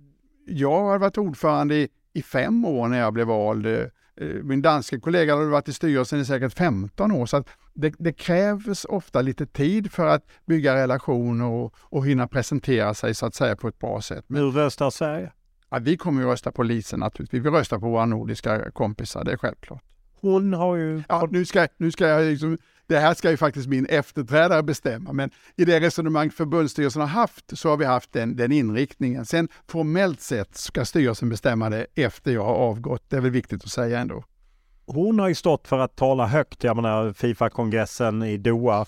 jag har varit ordförande i, i fem år när jag blev vald. Min danska kollega har varit i styrelsen i säkert femton år, så att det, det krävs ofta lite tid för att bygga relationer och, och hinna presentera sig så att säga på ett bra sätt. Men hur röstar Sverige? Ja, vi kommer ju rösta på Lise naturligtvis. Vi vill rösta på våra nordiska kompisar, det är självklart. Hon har ju... Ja, nu ska, nu ska jag liksom... Det här ska ju faktiskt min efterträdare bestämma, men i det resonemang förbundsstyrelsen har haft så har vi haft den, den inriktningen. Sen formellt sett ska styrelsen bestämma det efter jag har avgått. Det är väl viktigt att säga ändå. Hon har ju stått för att tala högt, jag menar FIFA-kongressen i Doha.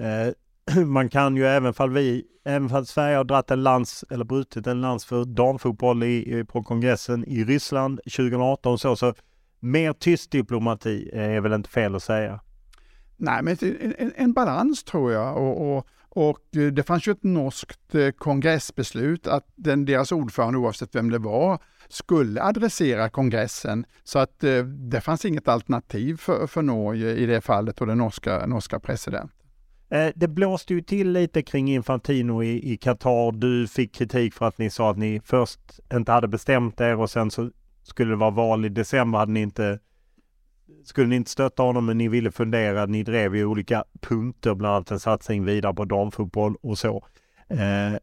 Eh, man kan ju även fall vi, även fall Sverige har dratt en lans eller brutit en lans för damfotboll i, på kongressen i Ryssland tjugo arton så, så mer tyst diplomati är väl inte fel att säga. Nej, men en, en, en balans tror jag och, och, och det fanns ju ett norskt kongressbeslut att den, deras ordförande, oavsett vem det var, skulle adressera kongressen, så att det fanns inget alternativ för, för Norge i det fallet och den norska, norska presidenten. Det blåste ju till lite kring Infantino i, i Qatar. Du fick kritik för att ni sa att ni först inte hade bestämt er och sen så skulle det vara val i december, hade ni inte skulle ni inte stötta honom, men ni ville fundera. Ni drev ju olika punkter, bland annat en satsning vidare på damfotboll och så. Eh,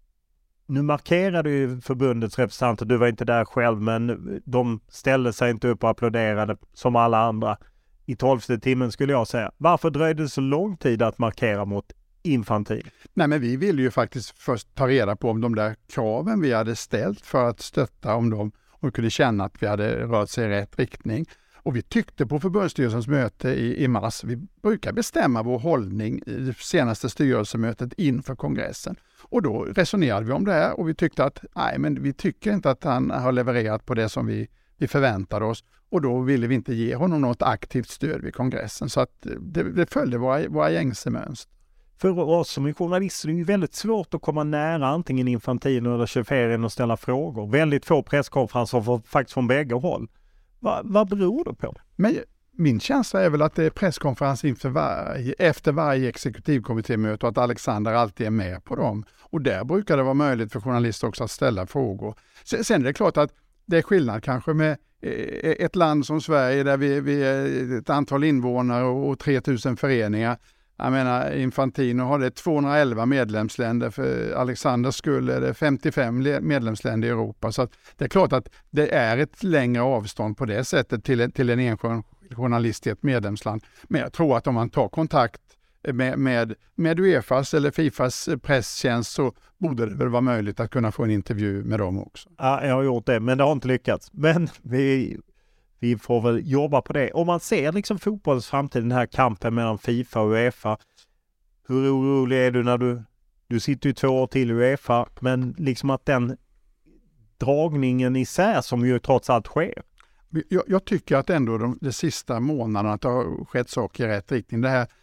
nu markerade ju förbundets representanter, du var inte där själv, men de ställde sig inte upp och applåderade som alla andra i tolfte timmen skulle jag säga. Varför dröjde det så lång tid att markera mot Infantino? Nej, men vi ville ju faktiskt först ta reda på om de där kraven vi hade ställt för att stötta om dem och kunde känna att vi hade rört sig i rätt riktning. Och vi tyckte på förbundsstyrelsens möte i, i mars, vi brukar bestämma vår hållning i det senaste styrelsemötet inför kongressen. Och då resonerade vi om det här och vi tyckte att nej, men vi tycker inte att han har levererat på det som vi, vi förväntade oss. Och då ville vi inte ge honom något aktivt stöd vid kongressen. Så att det, det följde våra, våra gängse mönster. för oss som är journalister är det ju väldigt svårt att komma nära antingen Infantino eller Ceferin och ställa frågor. Väldigt få presskonferenser för, faktiskt från bägge håll. Va, vad beror det på? Men min känsla är väl att det är presskonferens inför varje, efter varje exekutivkommittémöte och att Alexander alltid är med på dem. Och där brukar det vara möjligt för journalister också att ställa frågor. Sen, sen är det klart att det är skillnad kanske med ett land som Sverige där vi, vi är ett antal invånare och tre tusen föreningar. Jag menar, Infantino har det tvåhundraelva medlemsländer, för Alexanders skull är det femtiofem medlemsländer i Europa. Så att det är klart att det är ett längre avstånd på det sättet till, till en enskild journalist i ett medlemsland. Men jag tror att om man tar kontakt med, med, med UEFAs eller FIFAs presstjänst så borde det väl vara möjligt att kunna få en intervju med dem också. Ja, jag har gjort det, men det har inte lyckats. Men vi... Vi får väl jobba på det. Om man ser liksom fotbollens framtid, den här kampen mellan FIFA och UEFA. Hur orolig är du när du, du sitter ju två år till i UEFA, men liksom att den dragningen isär som ju trots allt sker. Jag, jag tycker att ändå de, de sista månaderna att det har skett saker i rätt riktning. Det här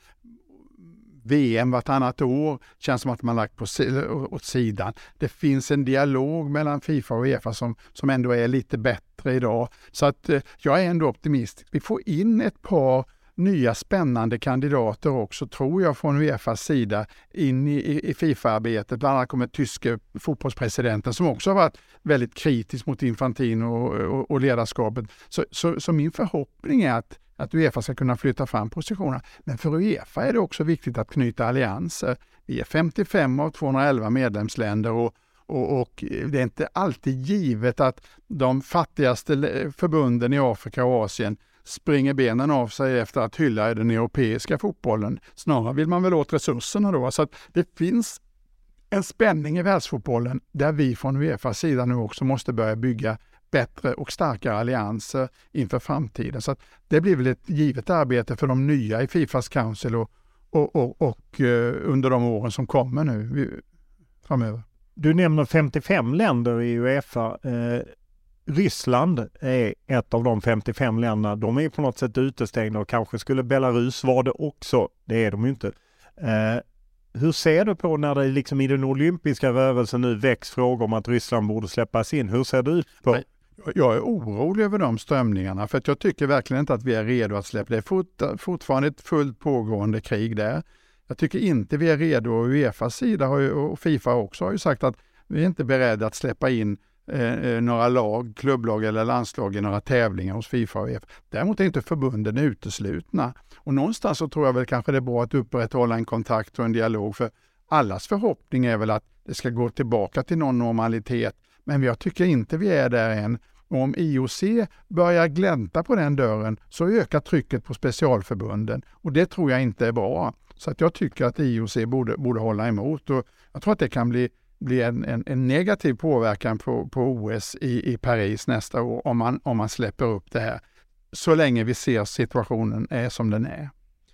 V M vartannat år känns som att man lagt på åt sidan. Det finns en dialog mellan FIFA och UEFA som, som ändå är lite bättre idag. Så att eh, jag är ändå optimistisk. Vi får in ett par nya spännande kandidater också, tror jag, från UEFAs sida in i, i, i FIFA-arbetet. Bland annat kommer tyske fotbollspresidenten som också har varit väldigt kritisk mot Infantino och, och, och ledarskapet. Så, så, så min förhoppning är att att UEFA ska kunna flytta fram positionerna. Men för UEFA är det också viktigt att knyta allianser. Vi är femtiofem av tvåhundraelva medlemsländer och, och, och det är inte alltid givet att de fattigaste förbunden i Afrika och Asien springer benen av sig efter att hylla den europeiska fotbollen. Snarare vill man väl åt resurserna då. Så att det finns en spänning i världsfotbollen där vi från UEFAs sida nu också måste börja bygga bättre och starkare allianser inför framtiden. Så att det blir väl ett givet arbete för de nya i FIFAs Council och, och, och, och uh, under de åren som kommer nu vi, framöver. Du nämner femtiofem länder i UEFA. Eh, Ryssland är ett av de femtiofem länderna. De är på något sätt utestängda och kanske skulle Belarus vara det också. Det är de ju inte. Eh, hur ser du på när det liksom i den olympiska rörelsen nu väcks frågor om att Ryssland borde släppas in? Hur ser du ut på? Nej. Jag är orolig över de strömningarna för att jag tycker verkligen inte att vi är redo att släppa. Det är fort, fortfarande ett fullt pågående krig där. Jag tycker inte vi är redo och UEFAs sida har ju, och FIFA också har ju sagt att vi är inte beredda att släppa in eh, några lag, klubblag eller landslag i några tävlingar hos FIFA och UEFA. Däremot är inte förbunden uteslutna. Och någonstans så tror jag väl kanske det är bra att upprätthålla en kontakt och en dialog, för allas förhoppning är väl att det ska gå tillbaka till någon normalitet. Men jag tycker inte vi är där än. Och om I O C börjar glänta på den dörren så ökar trycket på specialförbunden. Och det tror jag inte är bra. Så att jag tycker att I O C borde, borde hålla emot. Och jag tror att det kan bli, bli en, en, en negativ påverkan på, på O S i, i Paris nästa år om man, om man släpper upp det här. Så länge vi ser situationen är som den är.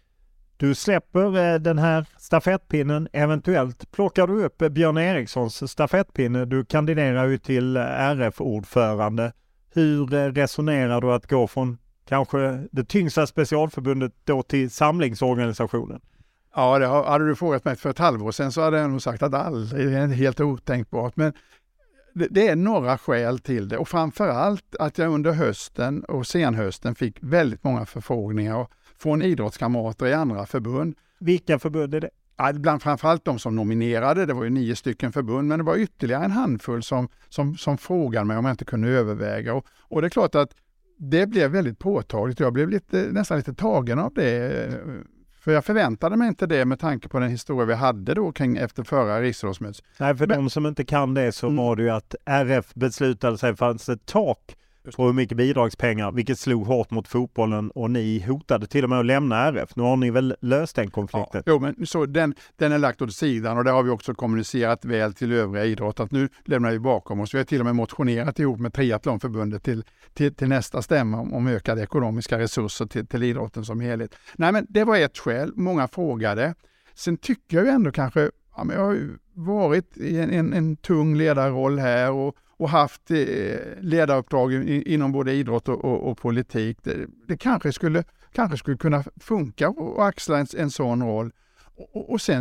Du släpper den här stafettpinnen, eventuellt plockar du upp Björn Erikssons stafettpinne. Du kandiderar ju till R F-ordförande. Hur resonerar du att gå från kanske det tyngsta specialförbundet då till samlingsorganisationen? Ja, det hade du frågat mig för ett halvår sedan så hade jag nog sagt att aldrig, det är helt otänkbart. Men det, det är några skäl till det och framförallt att jag under hösten och senhösten fick väldigt många förfrågningar från idrottskamrater i andra förbund. Vilka förbund är det? Ja, bland framförallt de som nominerade, det var ju nio stycken förbund, men det var ytterligare en handfull som, som, som frågade mig om jag inte kunde överväga. Och, och det är klart att det blev väldigt påtagligt. Jag blev lite, nästan lite tagen av det. För jag förväntade mig inte det med tanke på den historia vi hade då kring efter förra riksdagsmötet. Nej, för men, de som inte kan det så mm. var det ju att R F beslutade sig fanns ett tak på hur mycket bidragspengar, vilket slog hårt mot fotbollen och ni hotade till och med att lämna R F. Nu har ni väl löst den konflikten? Ja, jo, men så den, den är lagt åt sidan och det har vi också kommunicerat väl till övriga idrott att nu lämnar vi bakom oss. Vi har till och med motionerat ihop med Triathlonförbundet till, till, till nästa stämma om, om ökade ekonomiska resurser till, till idrotten som helhet. Nej, men det var ett skäl. Många frågade. Sen tycker jag ju ändå kanske, ja, men jag har ju varit i en, en, en tung ledarroll här och och haft eh, ledaruppdrag i, inom både idrott och, och, och politik. Det, det kanske, skulle, kanske skulle kunna funka och axla en, en sån roll. Och, och sen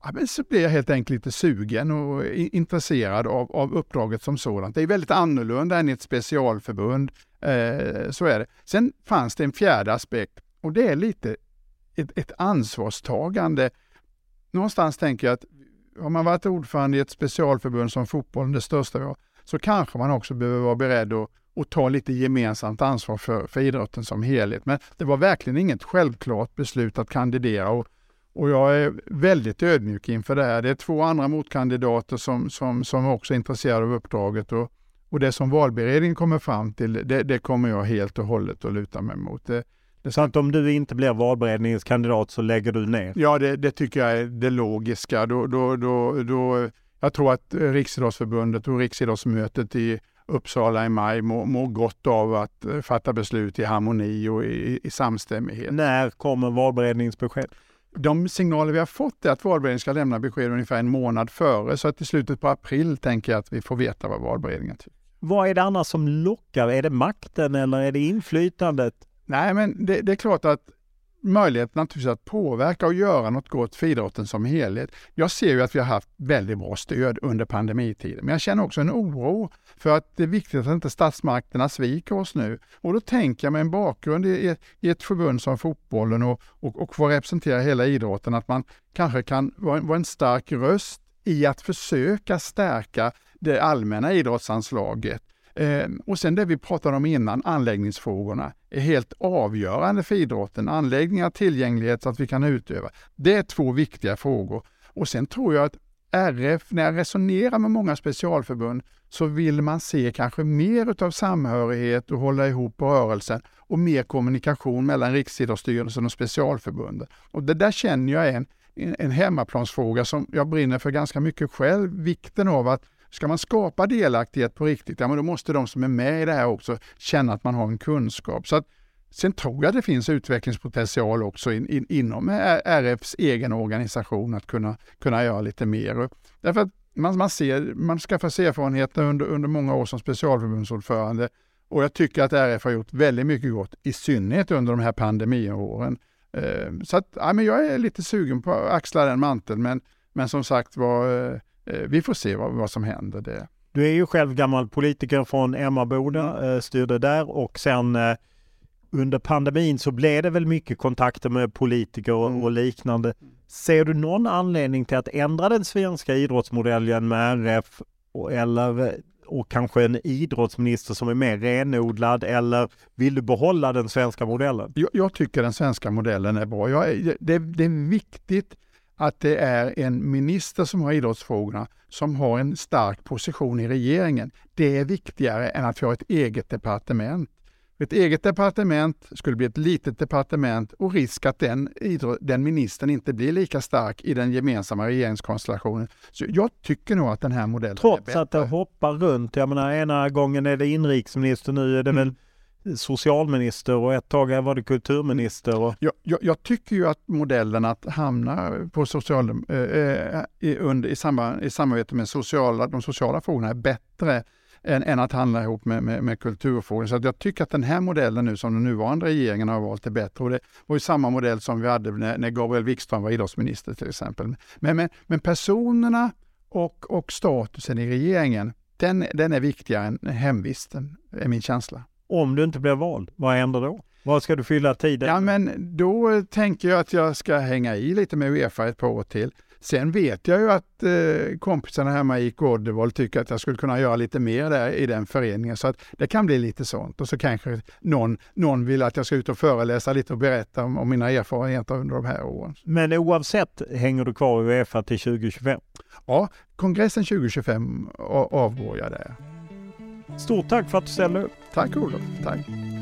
Ja, men så blir jag helt enkelt lite sugen och intresserad av, av uppdraget som sådant. Det är väldigt annorlunda än ett specialförbund. Eh, så är det. Sen fanns det en fjärde aspekt och det är lite ett, ett ansvarstagande. Någonstans tänker jag att om man varit ordförande i ett specialförbund som fotbollen, det största vi har, så kanske man också behöver vara beredd att, att ta lite gemensamt ansvar för, för idrotten som helhet. Men det var verkligen inget självklart beslut att kandidera och Och jag är väldigt ödmjuk inför det här. Det är två andra motkandidater som, som, som också är intresserade av uppdraget. Och, och det som valberedningen kommer fram till, det, det kommer jag helt och hållet att luta mig mot. Det, det Så att om du inte blir valberedningens kandidat så lägger du ner? Ja, det, det tycker jag är det logiska. Då, då, då, då, jag tror att Riksidrottsförbundet och Riksidrottsmötet i Uppsala i maj mår, mår gott av att fatta beslut i harmoni och i, i samstämmighet. När kommer valberedningens besked? De signaler vi har fått är att valberedningen ska lämna besked ungefär en månad före. Så att i slutet på april tänker jag att vi får veta vad valberedningen tycker. Vad är det annars som lockar? Är det makten eller är det inflytandet? Nej, men det, det är klart att möjligheten naturligtvis att påverka och göra något gott för idrotten som helhet. Jag ser ju att vi har haft väldigt bra stöd under pandemitiden. Men jag känner också en oro för att det är viktigt att inte statsmakterna sviker oss nu. Och då tänker jag med en bakgrund i, i ett förbund som fotbollen och, och, och få representera hela idrotten att man kanske kan vara, vara en stark röst i att försöka stärka det allmänna idrottsanslaget. Eh, och sen det vi pratade om innan, anläggningsfrågorna, är helt avgörande för idrotten. Anläggningar, tillgänglighet så att vi kan utöva. Det är två viktiga frågor. Och sen tror jag att R F, när jag resonerar med många specialförbund, så vill man se kanske mer utav samhörighet och hålla ihop rörelsen och mer kommunikation mellan Riksidrottsstyrelsen och specialförbunden. Och det där känner jag är en, en hemmaplansfråga som jag brinner för ganska mycket själv. Vikten av att ska man skapa delaktighet på riktigt, ja, men då måste de som är med i det här också känna att man har en kunskap. Så att, sen tror jag det finns utvecklingspotential också in, in, inom R Fs egen organisation att kunna, kunna göra lite mer. Därför att man, man, ser, man skaffar sig erfarenheter under, under många år som specialförbundsordförande och jag tycker att R F har gjort väldigt mycket gott, i synnerhet under de här pandemiåren. Så att, ja, men jag är lite sugen på att axla den manteln, men, men som sagt var... Vi får se vad, vad som händer. Det. Du är ju själv gammal politiker från Emmaboda, mm. styrde där och sen eh, under pandemin så blev det väl mycket kontakter med politiker och, mm. och liknande. Ser du någon anledning till att ändra den svenska idrottsmodellen med R F och, eller, och kanske en idrottsminister som är mer renodlad, eller vill du behålla den svenska modellen? Jag, jag tycker den svenska modellen är bra. Jag, det, det är viktigt att det är en minister som har idrottsfrågorna som har en stark position i regeringen. Det är viktigare än att vi har ett eget departement. Ett eget departement skulle bli ett litet departement och risk att den, idrott, den ministern inte blir lika stark i den gemensamma regeringskonstellationen. Så jag tycker nog att den här modellen Trots är bättre. Att det hoppar runt. Jag menar, ena gången är det inrikesminister, nu är det mm. väl socialminister och ett tag var det kulturminister. Och... Jag, jag, jag tycker ju att modellen att hamna på social, eh, i, under, i, samband, i samarbete med sociala, de sociala frågorna är bättre än, än att handla ihop med, med, med kulturfrågor. Så att jag tycker att den här modellen nu som den nuvarande regeringen har valt är bättre. Och det var ju samma modell som vi hade när, när Gabriel Wikström var idrottsminister till exempel. Men, men, men personerna och, och statusen i regeringen, den, den är viktigare än hemvisten, är min känsla. Om du inte blir vald, vad händer då? Vad ska du fylla tiden? Ja, men då tänker jag att jag ska hänga i lite med UEFA ett par år till. Sen vet jag ju att eh, kompisarna hemma i Gårdevold tycker att jag skulle kunna göra lite mer där i den föreningen. Så att det kan bli lite sånt. Och så kanske någon, någon vill att jag ska ut och föreläsa lite och berätta om, om mina erfarenheter under de här åren. Men oavsett hänger du kvar i UEFA till tjugo tjugofem? Ja, kongressen tjugo tjugofem avgår jag där. Stort tack för att du ställde upp. Tack Olof, tack.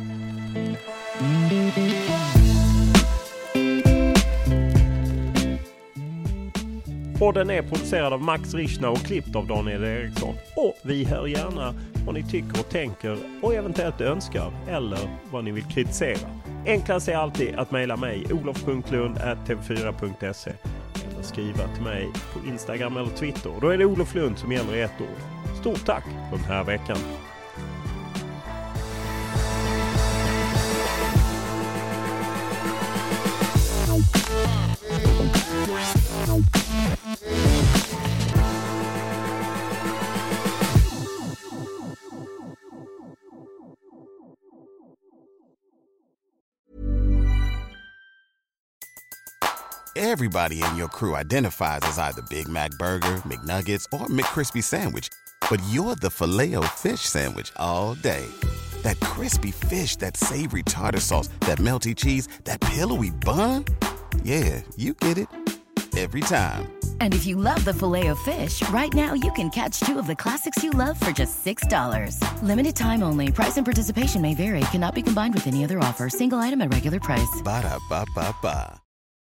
Podden är producerad av Max Richna och klippt av Daniel Eriksson. Och vi hör gärna vad ni tycker och tänker och eventuellt önskar eller vad ni vill kritisera. Enklast är alltid att mejla mig olof punkt lund at t v fyra punkt se eller skriva till mig på Instagram eller Twitter. Då är det Olof Lund som gäller i ett ord. Stort tack för den här veckan. Everybody in your crew identifies as either Big Mac Burger, McNuggets, or McCrispy Sandwich. But you're the Filet-O-Fish Sandwich all day. That crispy fish, that savory tartar sauce, that melty cheese, that pillowy bun. Yeah, you get it. Every time. And if you love the Filet-O-Fish, right now you can catch two of the classics you love for just six dollars. Limited time only. Price and participation may vary. Cannot be combined with any other offer. Single item at regular price. Ba-da-ba-ba-ba.